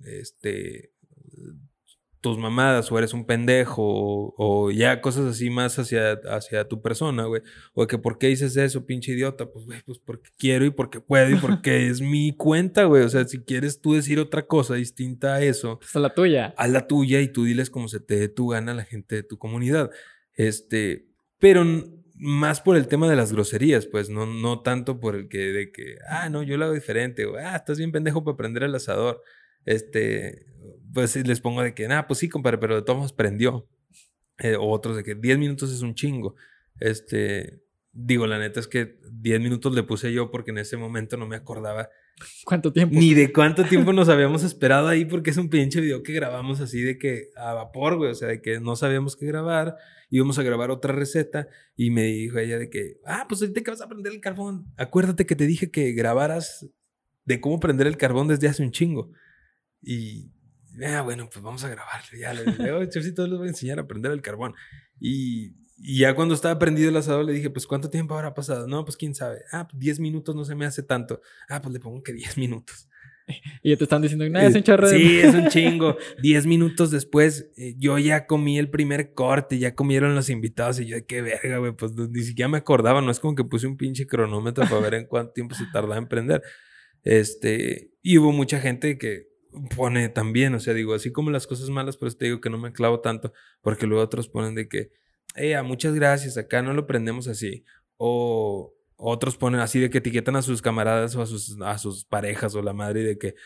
tus mamadas o eres un pendejo o ya cosas así más hacia tu persona, güey. O que ¿por qué dices eso, pinche idiota? Pues, güey, pues porque quiero y porque puedo y porque es mi cuenta, güey. O sea, si quieres tú decir otra cosa distinta a eso. Pues a la tuya. A la tuya y tú diles como se te dé tu gana a la gente de tu comunidad. Pero más por el tema de las groserías, pues, no tanto por el de que, no, yo lo hago diferente, o, estás bien pendejo para prender el asador. Pues les pongo de que, pues sí, compadre, pero de todos modos prendió. O otros de que 10 minutos es un chingo. Digo, la neta es que 10 minutos le puse yo porque en ese momento no me acordaba ¿Cuánto tiempo? ni de cuánto tiempo nos habíamos esperado ahí, porque es un pinche video que grabamos así de que a vapor, güey. O sea, de que no sabíamos qué grabar. Íbamos a grabar otra receta y me dijo ella de que, pues ahorita que vas a prender el carbón. Acuérdate que te dije que grabaras de cómo prender el carbón desde hace un chingo. Y, bueno, pues vamos a grabarlo. Ya le digo, chefcito, les voy a enseñar a prender el carbón. Y ya cuando estaba prendido el asador le dije, pues ¿cuánto tiempo habrá pasado? No, pues quién sabe. Pues 10 minutos no se me hace tanto. Pues le pongo que 10 minutos. Y ya te están diciendo, no, es un chorro de... Sí, es un chingo. 10 minutos después, yo ya comí el primer corte, ya comieron los invitados y yo, qué verga, güey, pues ni siquiera me acordaba, no es como que puse un pinche cronómetro para ver en cuánto tiempo se tardaba en prender. Y hubo mucha gente que pone también, o sea, digo, así como las cosas malas, pero te digo que no me clavo tanto, porque luego otros ponen de que, muchas gracias, acá no lo prendemos así, o otros ponen así de que etiquetan a sus camaradas o a sus parejas o la madre de que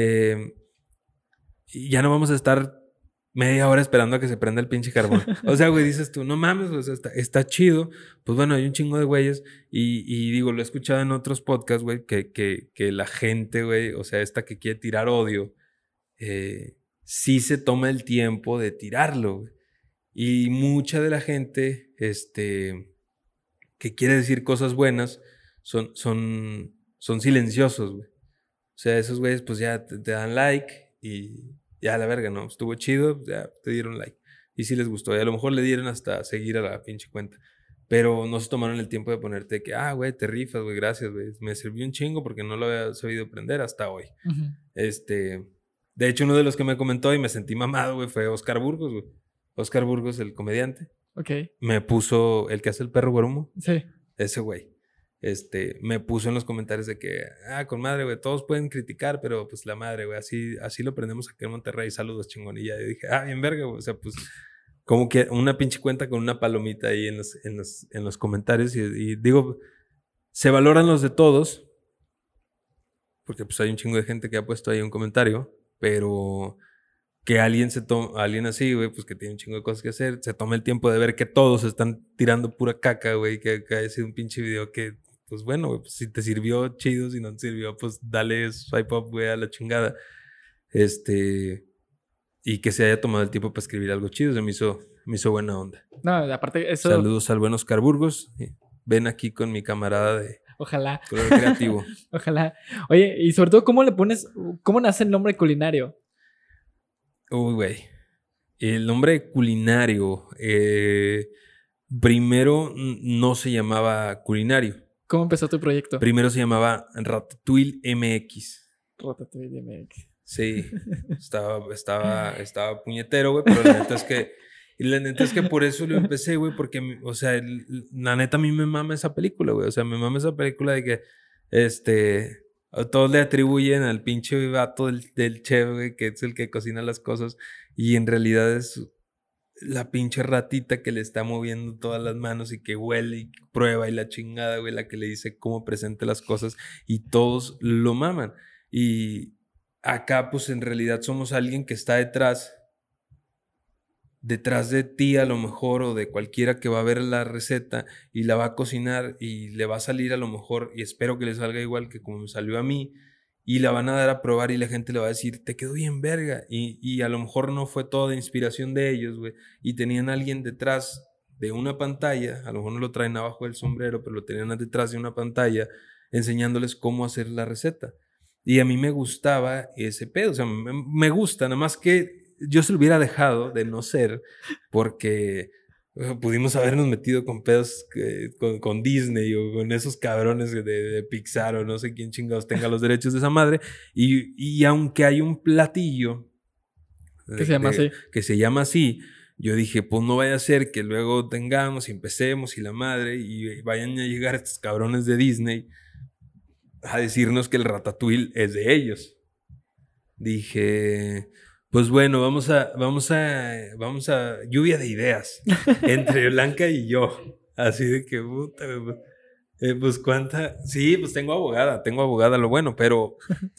ya no vamos a estar media hora esperando a que se prenda el pinche carbón. O sea, güey, dices tú, no mames, o sea, está chido. Pues bueno, hay un chingo de güeyes y digo, lo he escuchado en otros podcasts, güey, que la gente, güey, o sea, esta que quiere tirar odio, sí se toma el tiempo de tirarlo, güey. Y mucha de la gente, que quiere decir cosas buenas, son silenciosos, güey. O sea, esos güeyes pues ya te dan like y ya la verga, ¿no? Estuvo chido, ya te dieron like. Y sí les gustó. Y a lo mejor le dieron hasta seguir a la pinche cuenta. Pero no se tomaron el tiempo de ponerte que, güey, te rifas, güey, gracias, güey. Me sirvió un chingo porque no lo había sabido aprender hasta hoy. Uh-huh. De hecho, uno de los que me comentó y me sentí mamado, güey, fue Oscar Burgos, güey. Oscar Burgos, el comediante. Ok. Me puso el que hace el perro guarumo. Sí. Ese güey. Me puso en los comentarios de que, con madre, güey, todos pueden criticar, pero pues la madre, güey, así lo aprendemos aquí en Monterrey. Saludos, chingonilla. Y dije, bien verga, güey. O sea, pues como que una pinche cuenta con una palomita ahí en los comentarios. Y digo, se valoran los de todos, porque pues hay un chingo de gente que ha puesto ahí un comentario, pero que alguien así, güey, pues que tiene un chingo de cosas que hacer, se toma el tiempo de ver que todos están tirando pura caca, güey, que haya sido un pinche video que, pues bueno, güey, pues si te sirvió, chido, si no te sirvió, pues dale swipe up, güey, a la chingada. Y que se haya tomado el tiempo para escribir algo chido, se me hizo buena onda. No, aparte eso... Saludos al buen Oscar Burgos. Ven aquí con mi camarada de Ojalá. Color creativo. Ojalá. Oye, y sobre todo, ¿cómo nace el nombre culinario? Uy, güey. El nombre culinario, primero no se llamaba culinario. ¿Cómo empezó tu proyecto? Primero se llamaba Ratatouille MX. Ratatouille MX. Sí, estaba puñetero, güey, pero la neta es que por eso lo empecé, güey, porque, o sea, la neta a mí me mama esa película, güey, o sea, me mama esa película de que, todos le atribuyen al pinche vato del chef, güey, que es el que cocina las cosas, y en realidad es la pinche ratita que le está moviendo todas las manos y que huele y prueba y la chingada, güey, la que le dice cómo presente las cosas y todos lo maman. Y acá, pues en realidad somos alguien que está detrás de ti a lo mejor o de cualquiera que va a ver la receta y la va a cocinar y le va a salir a lo mejor, y espero que le salga igual que como me salió a mí, y la van a dar a probar y la gente le va a decir, te quedó bien verga, y a lo mejor no fue todo de inspiración de ellos, güey, y tenían a alguien detrás de una pantalla, a lo mejor no lo traen abajo del sombrero, pero lo tenían detrás de una pantalla enseñándoles cómo hacer la receta. Y a mí me gustaba ese pedo, o sea, me gusta, nada más que yo se lo hubiera dejado de no ser porque pudimos habernos metido con pedos con Disney o con esos cabrones de Pixar o no sé quién chingados tenga los derechos de esa madre. Y aunque hay un platillo que se llama así, yo dije, pues no vaya a ser que luego tengamos y empecemos y la madre y vayan a llegar estos cabrones de Disney a decirnos que el Ratatouille es de ellos. Dije, pues bueno, vamos a lluvia de ideas entre Blanca y yo. Así de que, puta, pues cuánta. Sí, pues tengo abogada, lo bueno, pero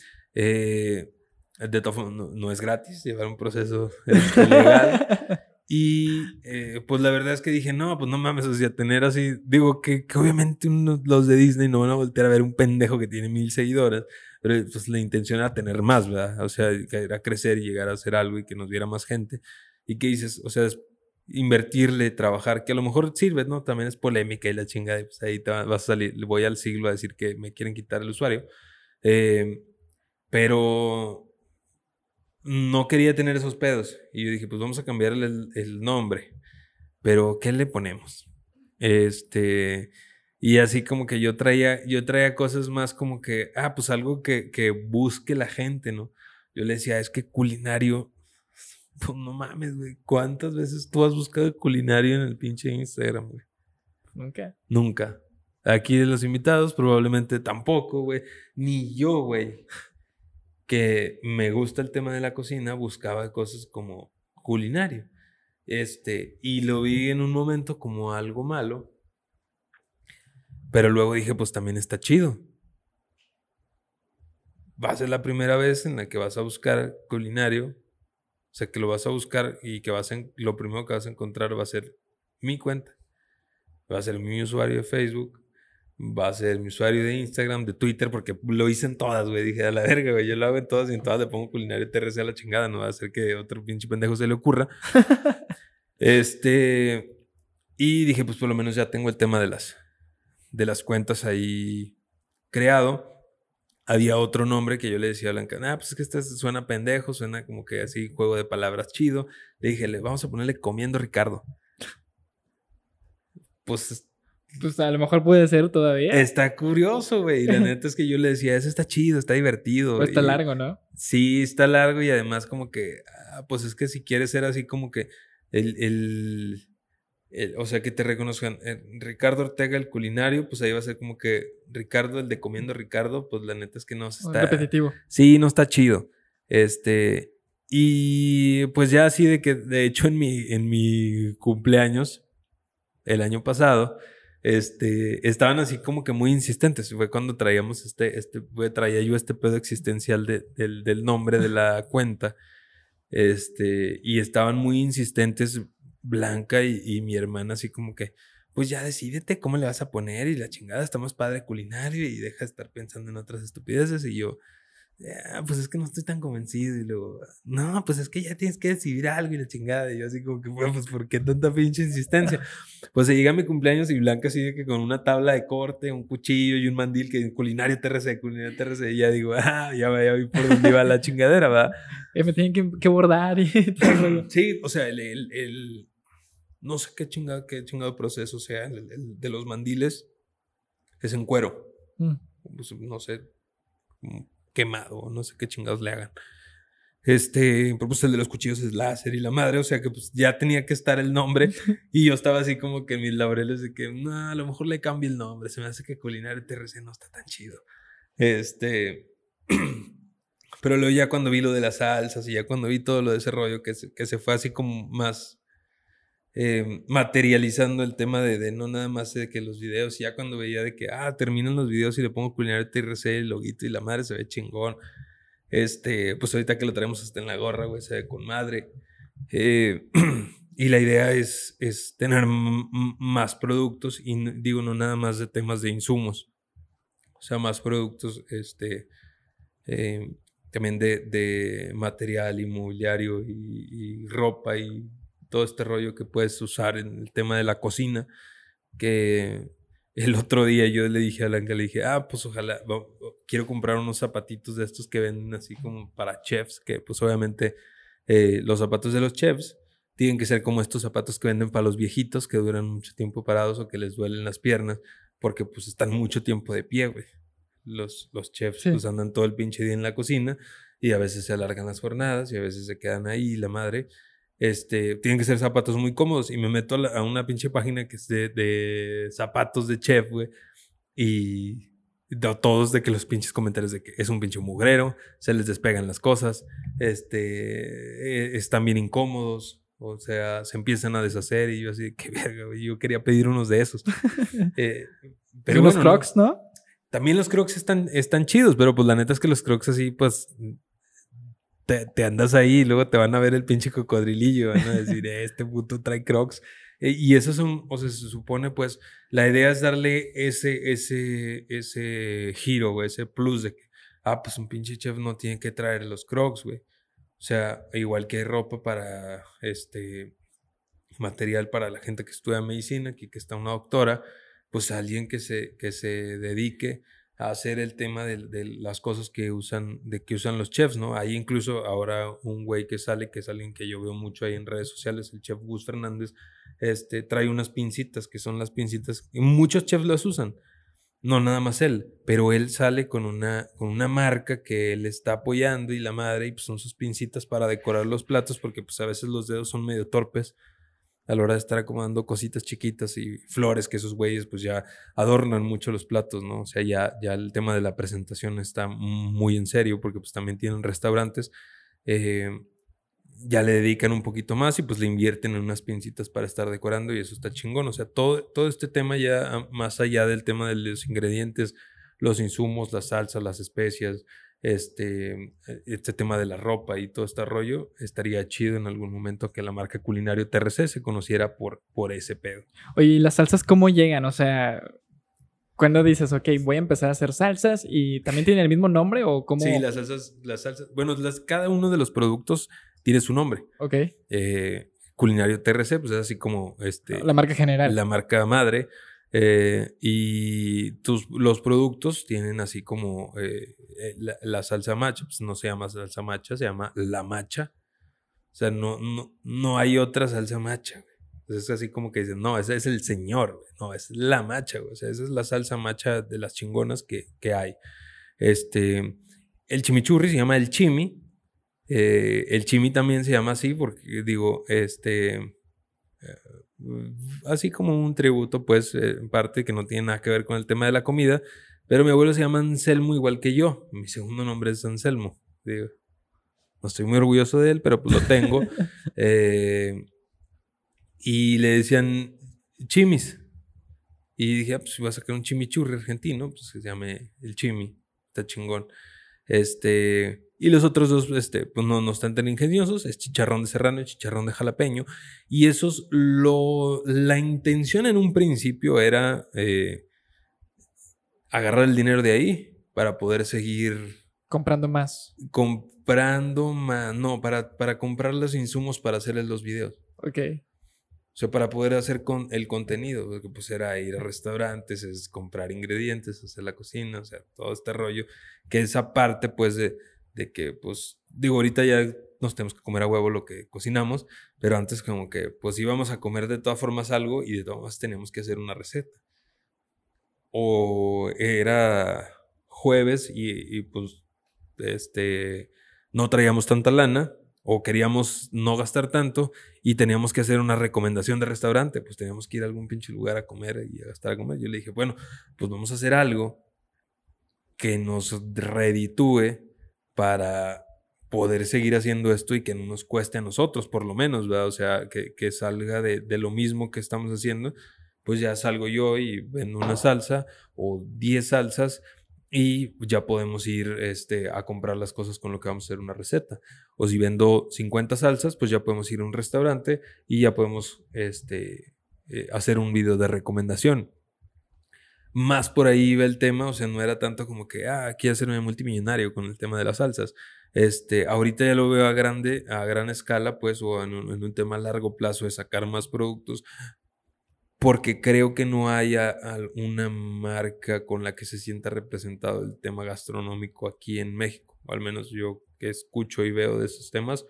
de todo no es gratis llevar un proceso legal. Y pues la verdad es que dije, no, pues no mames, o sea, tener así, digo que obviamente los de Disney no van a voltear a ver un pendejo que tiene 1000 seguidores, pero pues la intención era tener más, ¿verdad? O sea, que era crecer y llegar a hacer algo y que nos viera más gente. Y que dices, o sea, es invertirle, trabajar, que a lo mejor sirve, ¿no? También es polémica y la chingada, y pues ahí vas a salir, voy al siglo a decir que me quieren quitar el usuario. Pero no quería tener esos pedos. Y yo dije, pues vamos a cambiarle el nombre. Pero, ¿qué le ponemos? Y así como que yo traía cosas más como que, pues algo que busque la gente, ¿no? Yo le decía, es que culinario, pues no mames, güey. ¿Cuántas veces tú has buscado culinario en el pinche Instagram, güey? Nunca. Aquí de los invitados probablemente tampoco, güey. Ni yo, güey, que me gusta el tema de la cocina, buscaba cosas como culinario. Y lo vi en un momento como algo malo, pero luego dije, pues también está chido. Va a ser la primera vez en la que vas a buscar culinario, o sea, que lo vas a buscar y que lo primero que vas a encontrar va a ser mi cuenta, va a ser mi usuario de Facebook, va a ser mi usuario de Instagram, de Twitter, porque lo hice en todas, güey. Dije, a la verga, güey, yo lo hago en todas y en todas le pongo culinario TRC a la chingada, no va a ser que otro pinche pendejo se le ocurra. Y dije, pues por lo menos ya tengo el tema de las cuentas ahí creado. Había otro nombre que yo le decía a Blanca, pues es que este suena pendejo, suena como que así, juego de palabras chido. Le dije, vamos a ponerle Comiendo Ricardo. Pues a lo mejor puede ser todavía. Está curioso, güey. Y la neta es que yo le decía, eso está chido, está divertido. Pero está largo, ¿no? Sí, está largo y además como que, pues es que si quieres ser así como que o sea, que te reconozcan Ricardo Ortega el culinario, pues ahí va a ser como que Ricardo el de Comiendo Ricardo, pues la neta es que no está repetitivo. Sí, no está chido. Y pues ya así de que de hecho en mi cumpleaños el año pasado estaban así como que muy insistentes. Fue cuando traíamos traía yo este pedo existencial del nombre de la cuenta. Y estaban muy insistentes Blanca y mi hermana así como que, pues ya decídete cómo le vas a poner y la chingada, está más padre culinario y deja de estar pensando en otras estupideces. Y yo, Pues es que no estoy tan convencido. Y luego, no, pues es que ya tienes que decidir algo y la chingada. Y yo así como que, bueno, pues ¿por qué tanta pinche insistencia? Pues se llega a mi cumpleaños y Blanca así de que con una tabla de corte, un cuchillo y un mandil que culinario TRC, y ya digo, ya vi por dónde iba la chingadera, ¿verdad? Me tienen que bordar y todo. Sí, o sea, no sé qué chingado proceso sea, el de los mandiles es en cuero. Pues, no sé, quemado, no sé qué chingados le hagan. Pero pues el de los cuchillos es láser y la madre, o sea que pues ya tenía que estar el nombre y yo estaba así como que en mis laureles de que no, a lo mejor le cambie el nombre, se me hace que Culinario TRC no está tan chido. Pero luego ya cuando vi lo de las salsas y ya cuando vi todo lo de ese rollo que se fue así como más materializando el tema de no nada más de que los videos, ya cuando veía de que terminan los videos y le pongo Culinario TRC, el loguito y la madre se ve chingón. Pues ahorita que lo traemos hasta en la gorra, güey, se ve con madre. Y la idea es tener más productos y digo, no nada más de temas de insumos, o sea, más productos, también de material inmobiliario y ropa y todo este rollo que puedes usar en el tema de la cocina, que el otro día yo le dije a Blanca, le dije, pues ojalá, quiero comprar unos zapatitos de estos que venden así como para chefs, que pues obviamente los zapatos de los chefs tienen que ser como estos zapatos que venden para los viejitos que duran mucho tiempo parados o que les duelen las piernas, porque pues están mucho tiempo de pie, güey. Los chefs sí, pues andan todo el pinche día en la cocina y a veces se alargan las jornadas y a veces se quedan ahí la madre. Tienen que ser zapatos muy cómodos y me meto a una pinche página que es de zapatos de chef, güey, y todos de que los pinches comentarios de que es un pinche mugrero, se les despegan las cosas, están bien incómodos, o sea, se empiezan a deshacer y yo así, qué verga, güey, yo quería pedir unos de esos. Pero los Crocs, ¿no? También los Crocs están chidos, pero pues la neta es que los Crocs así, pues te andas ahí y luego te van a ver el pinche cocodrilillo, van a decir, este puto trae Crocs. Y eso o sea, se supone, pues, la idea es darle ese giro, güey, ese plus de que, pues un pinche chef no tiene que traer los Crocs, güey. O sea, igual que hay ropa para, material para la gente que estudia medicina, aquí que está una doctora, pues alguien que se dedique a hacer el tema de las cosas que usan los chefs, ¿no? Hay incluso ahora un güey que es alguien que yo veo mucho ahí en redes sociales, el chef Gus Fernández, trae unas pincitas, que son las pincitas, y muchos chefs las usan, no nada más él, pero él sale con una marca que él está apoyando y la madre, y pues son sus pincitas para decorar los platos, porque pues a veces los dedos son medio torpes a la hora de estar acomodando cositas chiquitas y flores que esos güeyes pues ya adornan mucho los platos, ¿no? O sea, ya el tema de la presentación está muy en serio porque pues también tienen restaurantes, ya le dedican un poquito más y pues le invierten en unas pincitas para estar decorando y eso está chingón. O sea, todo este tema ya más allá del tema de los ingredientes, los insumos, las salsas, las especias, este tema de la ropa y todo este rollo, estaría chido en algún momento que la marca Culinario TRC se conociera por ese pedo. Oye, ¿y las salsas cómo llegan? O sea, ¿cuándo dices, ok, voy a empezar a hacer salsas y también tienen el mismo nombre o cómo? Sí, las salsas, bueno, cada uno de los productos tiene su nombre. Ok. Culinario TRC, pues es así como la marca general. La marca madre. Y los productos tienen así como la salsa macha, pues no se llama salsa macha, se llama la macha. O sea, no hay otra salsa macha, güey. Entonces es así como que dicen, no, ese es el señor, güey. No, es la macha, güey. O sea, esa es la salsa macha de las chingonas que hay. El chimichurri se llama el chimi. El chimi también se llama así porque, digo, así como un tributo, pues, en parte que no tiene nada que ver con el tema de la comida, pero mi abuelo se llama Anselmo igual que yo, mi segundo nombre es Anselmo, digo, no estoy muy orgulloso de él, pero pues lo tengo, y le decían chimis, y dije, pues voy a sacar un chimichurri argentino, pues que se llame el chimi, está chingón, y los otros dos, pues no están tan ingeniosos. Es chicharrón de serrano y chicharrón de jalapeño. Y esos, la intención en un principio era agarrar el dinero de ahí para poder seguir Comprando más. No, para comprar los insumos para hacerles los videos. Ok. O sea, para poder hacer con el contenido, porque pues era ir a restaurantes, es comprar ingredientes, hacer la cocina, o sea, todo este rollo, que esa parte pues de que pues, digo, ahorita ya nos tenemos que comer a huevo lo que cocinamos, pero antes como que pues íbamos a comer de todas formas algo y de todas formas teníamos que hacer una receta. O era jueves y pues no traíamos tanta lana o queríamos no gastar tanto y teníamos que hacer una recomendación de restaurante, pues teníamos que ir a algún pinche lugar a comer y a gastar a comer. Yo le dije, bueno, pues vamos a hacer algo que nos reditúe para poder seguir haciendo esto y que no nos cueste a nosotros, por lo menos, ¿verdad? O sea, que salga de lo mismo que estamos haciendo, pues ya salgo yo y vendo una salsa o 10 salsas y ya podemos ir a comprar las cosas con lo que vamos a hacer una receta. O si vendo 50 salsas, pues ya podemos ir a un restaurante y ya podemos hacer un video de recomendación. Más por ahí iba el tema, o sea, no era tanto como que, quiero hacerme multimillonario con el tema de las salsas. Ahorita ya lo veo a gran escala, pues, o en un tema a largo plazo de sacar más productos, porque creo que no haya una marca con la que se sienta representado el tema gastronómico aquí en México. O al menos yo que escucho y veo de esos temas,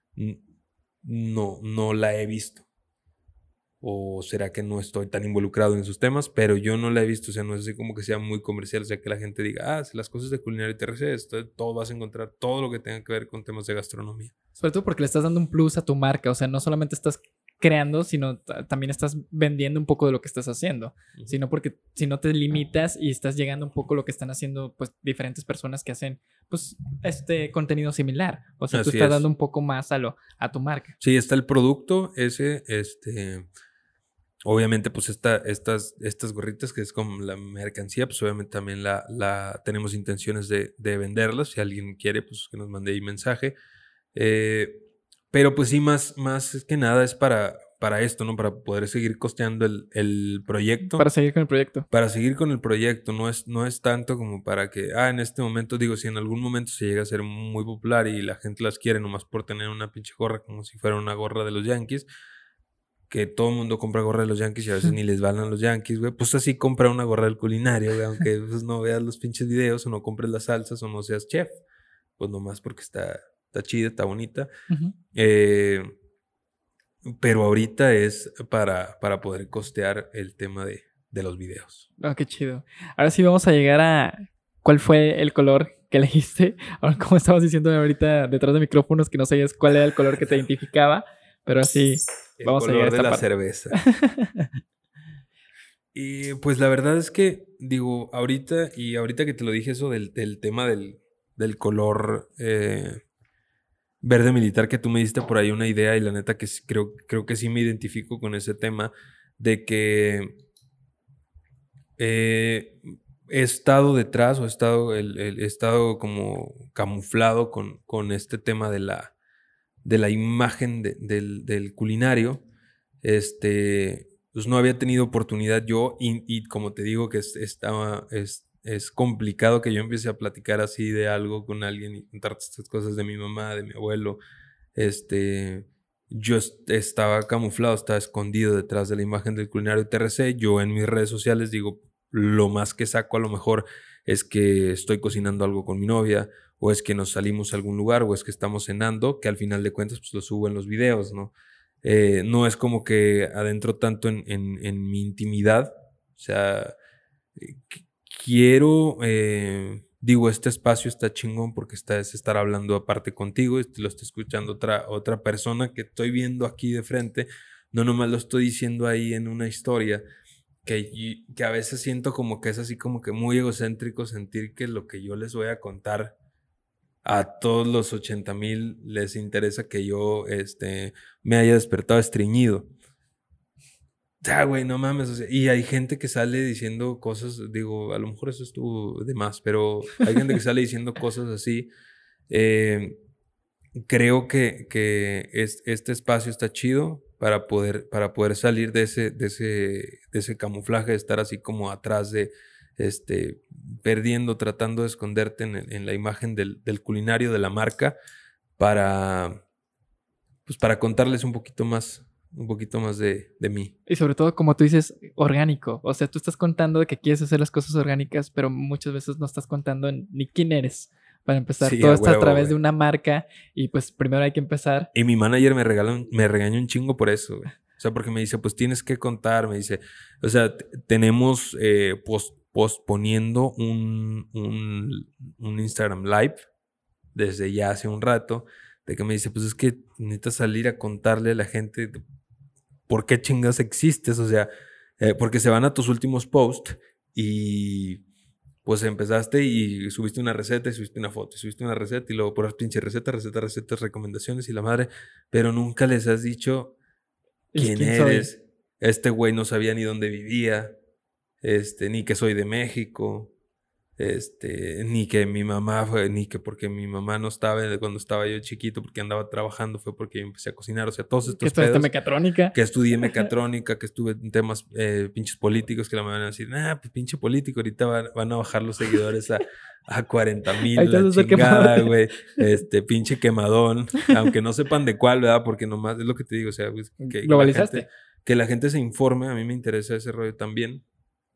no la he visto. O será que no estoy tan involucrado en esos temas, pero yo no la he visto, o sea, no es así como que sea muy comercial, o sea, que la gente diga, las cosas de culinaria TRC, todo vas a encontrar todo lo que tenga que ver con temas de gastronomía. Sobre todo porque le estás dando un plus a tu marca, o sea, no solamente estás creando, sino también estás vendiendo un poco de lo que estás haciendo, sino porque si no te limitas y estás llegando un poco a lo que están haciendo pues diferentes personas que hacen pues contenido similar, o sea, tú estás dando un poco más a tu marca. Sí, está el producto ese, obviamente, pues estas gorritas que es como la mercancía, pues obviamente también la tenemos intenciones de venderlas. Si alguien quiere, pues que nos mande ahí mensaje. Pero pues sí, más que nada es para esto, ¿no? Para poder seguir costeando el proyecto. Para seguir con el proyecto. Para seguir con el proyecto. No es tanto como para que, en este momento, digo, si en algún momento se llega a ser muy popular y la gente las quiere nomás por tener una pinche gorra como si fuera una gorra de los Yankees, que todo el mundo compra gorra de los Yankees y a veces ni les van a los Yankees, güey, pues así compra una gorra del culinario, güey, aunque pues no veas los pinches videos o no compres las salsas o no seas chef, pues nomás porque está chida, está bonita. Pero ahorita es para poder costear el tema de los videos. Qué chido. Ahora sí vamos a llegar a cuál fue el color que elegiste. Ahora, como estabas diciendo ahorita detrás de micrófonos que no sabías cuál era el color que te identificaba, pero así vamos a llegar a esta parte. El color de la cerveza. Y pues la verdad es que, digo, ahorita que te lo dije eso del tema del color verde militar, que tú me diste por ahí una idea y la neta que creo que sí me identifico con ese tema de que he estado detrás o he estado como camuflado con este tema de la imagen del culinario. Pues no había tenido oportunidad yo y como te digo que es complicado que yo empiece a platicar así de algo con alguien y contarte estas cosas de mi mamá, de mi abuelo. Yo estaba camuflado, estaba escondido detrás de la imagen del culinario TRC. Yo en mis redes sociales digo, lo más que saco a lo mejor es que estoy cocinando algo con mi novia, o es que nos salimos a algún lugar, o es que estamos cenando, que al final de cuentas pues lo subo en los videos, ¿no? No es como que adentro tanto en mi intimidad. O sea, quiero, digo, este espacio está chingón porque es estar hablando aparte contigo, lo está escuchando otra persona que estoy viendo aquí de frente, no nomás lo estoy diciendo ahí en una historia, que a veces siento como que es así como que muy egocéntrico sentir que lo que yo les voy a contar a todos los 80,000 les interesa que yo me haya despertado estreñido. Güey, no mames. O sea, y hay gente que sale diciendo cosas, digo, a lo mejor eso estuvo de más, pero hay gente que sale diciendo cosas así. Creo que este espacio está chido para poder salir de ese camuflaje, de estar así como atrás de perdiendo, tratando de esconderte en la imagen del culinario de la marca para contarles un poquito más de mí. Y sobre todo, como tú dices, orgánico. O sea, tú estás contando de que quieres hacer las cosas orgánicas, pero muchas veces no estás contando ni quién eres. Para empezar, Sí, todo a está a huevo, través güey. de una marca y pues primero hay que empezar. Y mi manager me regañó un chingo por eso, güey. O sea, porque me dice, pues tienes que contar, me dice, o sea, tenemos posponiendo un Instagram Live desde ya hace un rato, de que me dice, pues es que necesitas salir a contarle a la gente por qué chingas existes, o sea, porque se van a tus últimos posts y pues empezaste y subiste una receta y subiste una foto y subiste una receta y luego por pinche recetas, recomendaciones y la madre, pero nunca les has dicho quién ¿Quién soy? eres. Este güey no sabía ni dónde vivía, ni que soy de México, ni que mi mamá fue, ni que porque mi mamá no estaba cuando estaba yo chiquito porque andaba trabajando, fue porque yo empecé a cocinar, o sea, todos Que estos estudiaste pedos. mecatrónica. Que estudié mecatrónica, que estuve en temas pinches políticos, que la me van a decir, pues pinche político, ahorita van a bajar los seguidores a 40,000, Ahí te la haces el chingada, quemador. güey. Pinche quemadón, aunque no sepan de cuál, ¿verdad? Porque nomás es lo que te digo, o sea, pues, Globalizaste. que la gente se informe, a mí me interesa ese rollo también.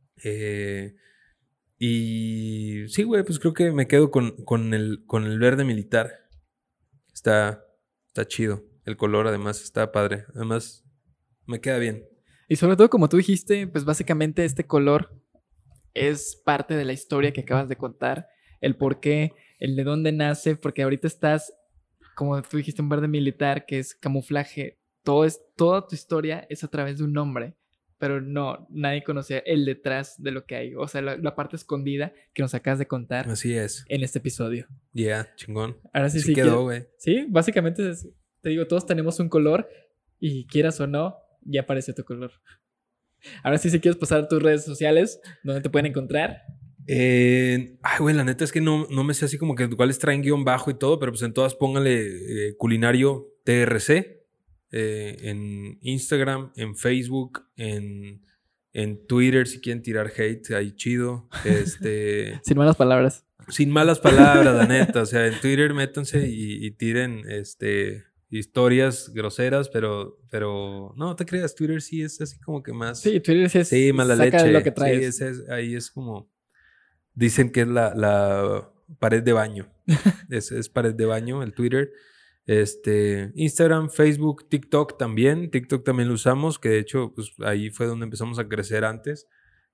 Y sí, güey, pues creo que me quedo con el verde militar. Está chido. El color además está padre. Además, me queda bien. Y sobre todo, como tú dijiste, pues básicamente este color es parte de la historia que acabas de contar. El por qué, el de dónde nace, porque ahorita estás, como tú dijiste, un verde militar, que es camuflaje. Toda tu historia es a través de un nombre. Pero no, nadie conocía el detrás de lo que hay. O sea, la parte escondida que nos acabas de contar Así es. en este episodio. Chingón. Ahora sí, Así sí. quedó, güey. Sí, básicamente, te digo, todos tenemos un color y quieras o no, ya aparece tu color. Ahora sí, si quieres pasar tus redes sociales, ¿dónde te pueden encontrar? Güey, la neta es que no me sé así como que cuáles traen guión bajo y todo, pero pues en todas póngale culinario TRC. En Instagram, en Facebook, en Twitter, si quieren tirar hate, ahí chido. Sin malas palabras. Sin malas palabras, la neta. O sea, en Twitter métanse y tiren historias groseras, pero no te creas, Twitter sí es así como que más. Sí, Twitter sí es Sí, mala saca leche. lo que traes. Sí, ahí es como. Dicen que es la pared de baño. es pared de baño, el Twitter. Instagram, Facebook, TikTok también. TikTok también lo usamos, que de hecho, pues ahí fue donde empezamos a crecer antes.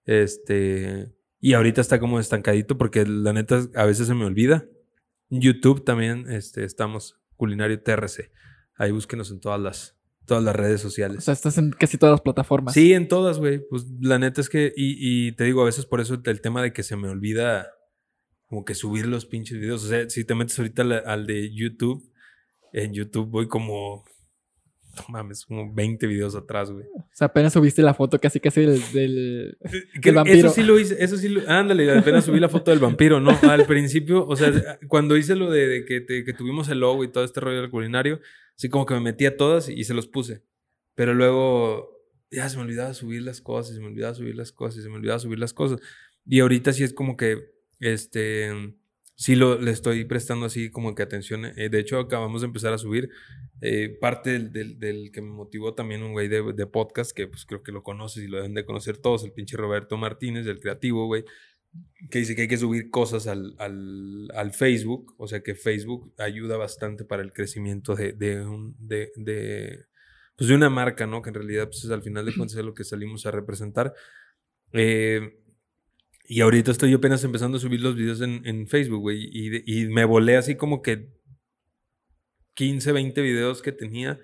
Y ahorita está como estancadito porque la neta a veces se me olvida. YouTube también estamos, Culinario TRC. Ahí búsquenos en todas las redes sociales. O sea, estás en casi todas las plataformas. Sí, en todas, güey. Pues la neta es que, y te digo, a veces por eso el tema de que se me olvida como que subir los pinches videos. O sea, si te metes ahorita al de YouTube, en YouTube voy como, no mames, como 20 videos atrás, güey. O sea, apenas subiste la foto casi del vampiro. Eso sí lo, ándale, apenas subí la foto del vampiro, ¿no? Al principio, o sea, cuando hice lo de que tuvimos el logo y todo este rollo del culinario, así como que me metí a todas y se los puse. Pero luego ya se me olvidaba subir las cosas, se me olvidaba subir las cosas, se me olvidaba subir las cosas. Y ahorita sí es como que, sí le estoy prestando así como que atención. De hecho, acabamos de empezar a subir parte del que me motivó también un güey de podcast, que pues creo que lo conoces y lo deben de conocer todos, el pinche Roberto Martínez, del creativo, güey, que dice que hay que subir cosas al Facebook. O sea que Facebook ayuda bastante para el crecimiento pues de una marca, ¿no? Que en realidad pues al final de cuentas es lo que salimos a representar. Y ahorita estoy yo apenas empezando a subir los videos en Facebook, güey. Y me volé así como que 15, 20 videos que tenía.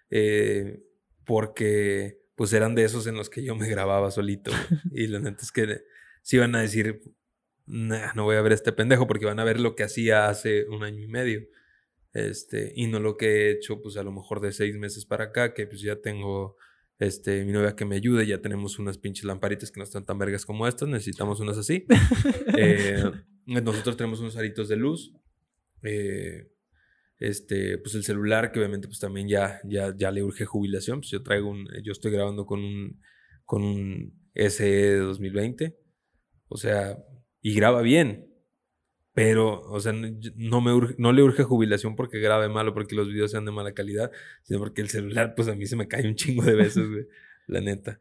Porque pues eran de esos en los que yo me grababa solito, güey. Y la neta es que sí iban a decir, nah, no voy a ver a este pendejo, porque van a ver lo que hacía hace un año y medio. Y no lo que he hecho, pues a lo mejor de 6 meses para acá, que pues ya tengo mi novia que me ayude, ya tenemos unas pinches lamparitas que no están tan vergas como estas, necesitamos unas así. Nosotros tenemos unos aritos de luz. Pues el celular, que obviamente pues también ya le urge jubilación. Pues yo estoy grabando con un SE de 2020. O sea, y graba bien. Pero, o sea, no le urge jubilación porque grabe malo, porque los videos sean de mala calidad, sino porque el celular, pues a mí se me cae un chingo de veces, güey. La neta.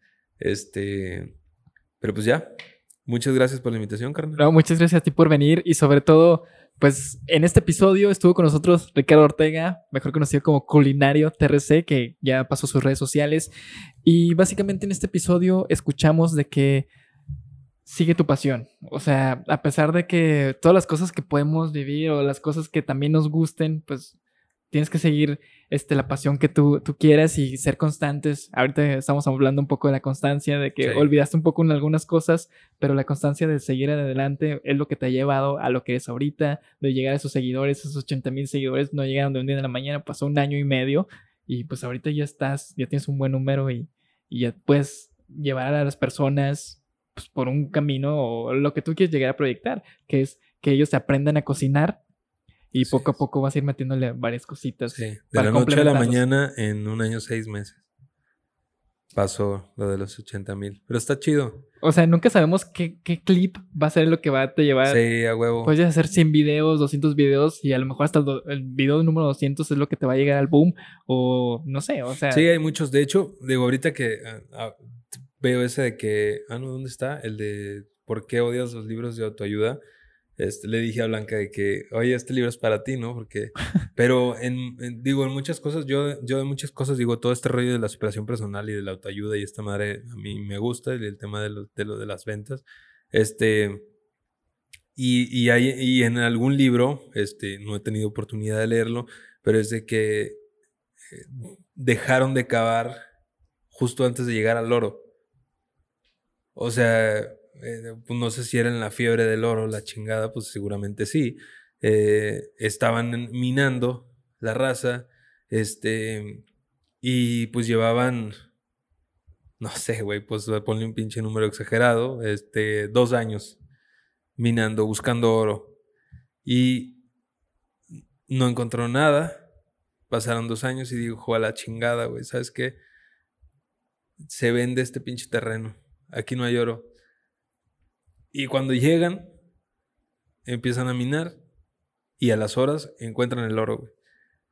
Pero pues ya. Muchas gracias por la invitación, carnal. No, muchas gracias a ti por venir y sobre todo, pues en este episodio estuvo con nosotros Ricardo Ortega, mejor conocido como Culinario TRC, que ya pasó sus redes sociales. Y básicamente en este episodio escuchamos de que sigue tu pasión. O sea, a pesar de que todas las cosas que podemos vivir o las cosas que también nos gusten, pues tienes que seguir la pasión que tú quieras y ser constantes. Ahorita estamos hablando un poco de la constancia, de que olvidaste un poco en algunas cosas, pero la constancia de seguir adelante es lo que te ha llevado a lo que es ahorita, de llegar a esos seguidores, esos 80,000 seguidores, no llegaron de un día de la mañana, pasó 1 año y medio y pues ahorita ya tienes un buen número y ya puedes llevar a las personas pues, por un camino o lo que tú quieres llegar a proyectar, que es que ellos te aprendan a cocinar y poco a poco vas a ir metiéndole varias cositas. Sí, de la noche a la mañana, en 1 año, 6 meses. Pasó lo de los 80,000. Pero está chido. O sea, nunca sabemos qué clip va a ser lo que va a te llevar. Sí, a huevo. Puedes hacer 100 videos, 200 videos y a lo mejor hasta el video número 200 es lo que te va a llegar al boom. O no sé, o sea... Sí, hay muchos. De hecho, digo, ahorita que veo ese de que... no, ¿dónde está? El de ¿por qué odias los libros de autoayuda? Le dije a Blanca de que, oye, este libro es para ti, ¿no? Porque... Pero digo, en muchas cosas, yo de muchas cosas digo, todo este rollo de la superación personal y de la autoayuda y esta madre a mí me gusta, y el tema de lo de las ventas. Y en algún libro, no he tenido oportunidad de leerlo, pero es de que dejaron de cavar justo antes de llegar al oro. O sea, pues no sé si era en la fiebre del oro, la chingada, pues seguramente sí. Estaban minando la raza, y pues llevaban, no sé, güey, pues ponle un pinche número exagerado, 2 años minando, buscando oro. Y no encontró nada. Pasaron 2 años y dijo, a la chingada, güey, ¿sabes qué? Se vende este pinche terreno. Aquí no hay oro. Y cuando llegan, empiezan a minar y a las horas encuentran el oro, güey.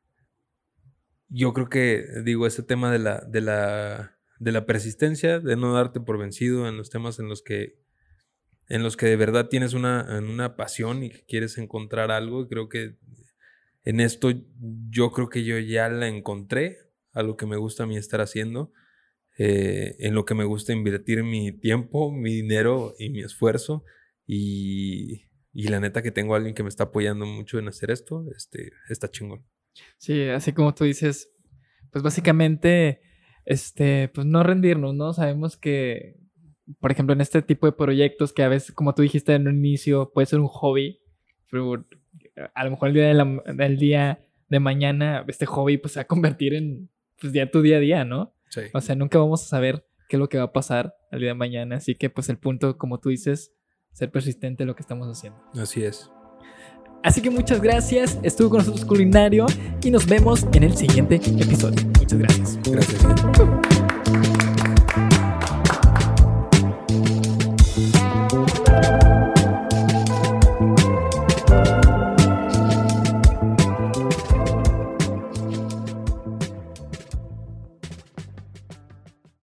Yo creo que, digo, este tema de la persistencia, de no darte por vencido en los temas en los que de verdad tienes una pasión y que quieres encontrar algo. Creo que en esto yo creo que yo ya la encontré, a lo que me gusta a mí estar haciendo, en lo que me gusta invertir mi tiempo, mi dinero y mi esfuerzo. Y la neta que tengo a alguien que me está apoyando mucho en hacer esto, está chingón. Sí, así como tú dices, pues básicamente, pues no rendirnos, ¿no? Sabemos que, por ejemplo, en este tipo de proyectos que a veces, como tú dijiste en un inicio, puede ser un hobby, pero a lo mejor el día de mañana este hobby pues se va a convertir en pues ya tu día a día, ¿no? Sí. O sea, nunca vamos a saber qué es lo que va a pasar al día de mañana, así que pues el punto, como tú dices, ser persistente en lo que estamos haciendo. Así es. Así que muchas gracias, estuvo con nosotros Culinario y nos vemos en el siguiente episodio. Muchas gracias. Gracias.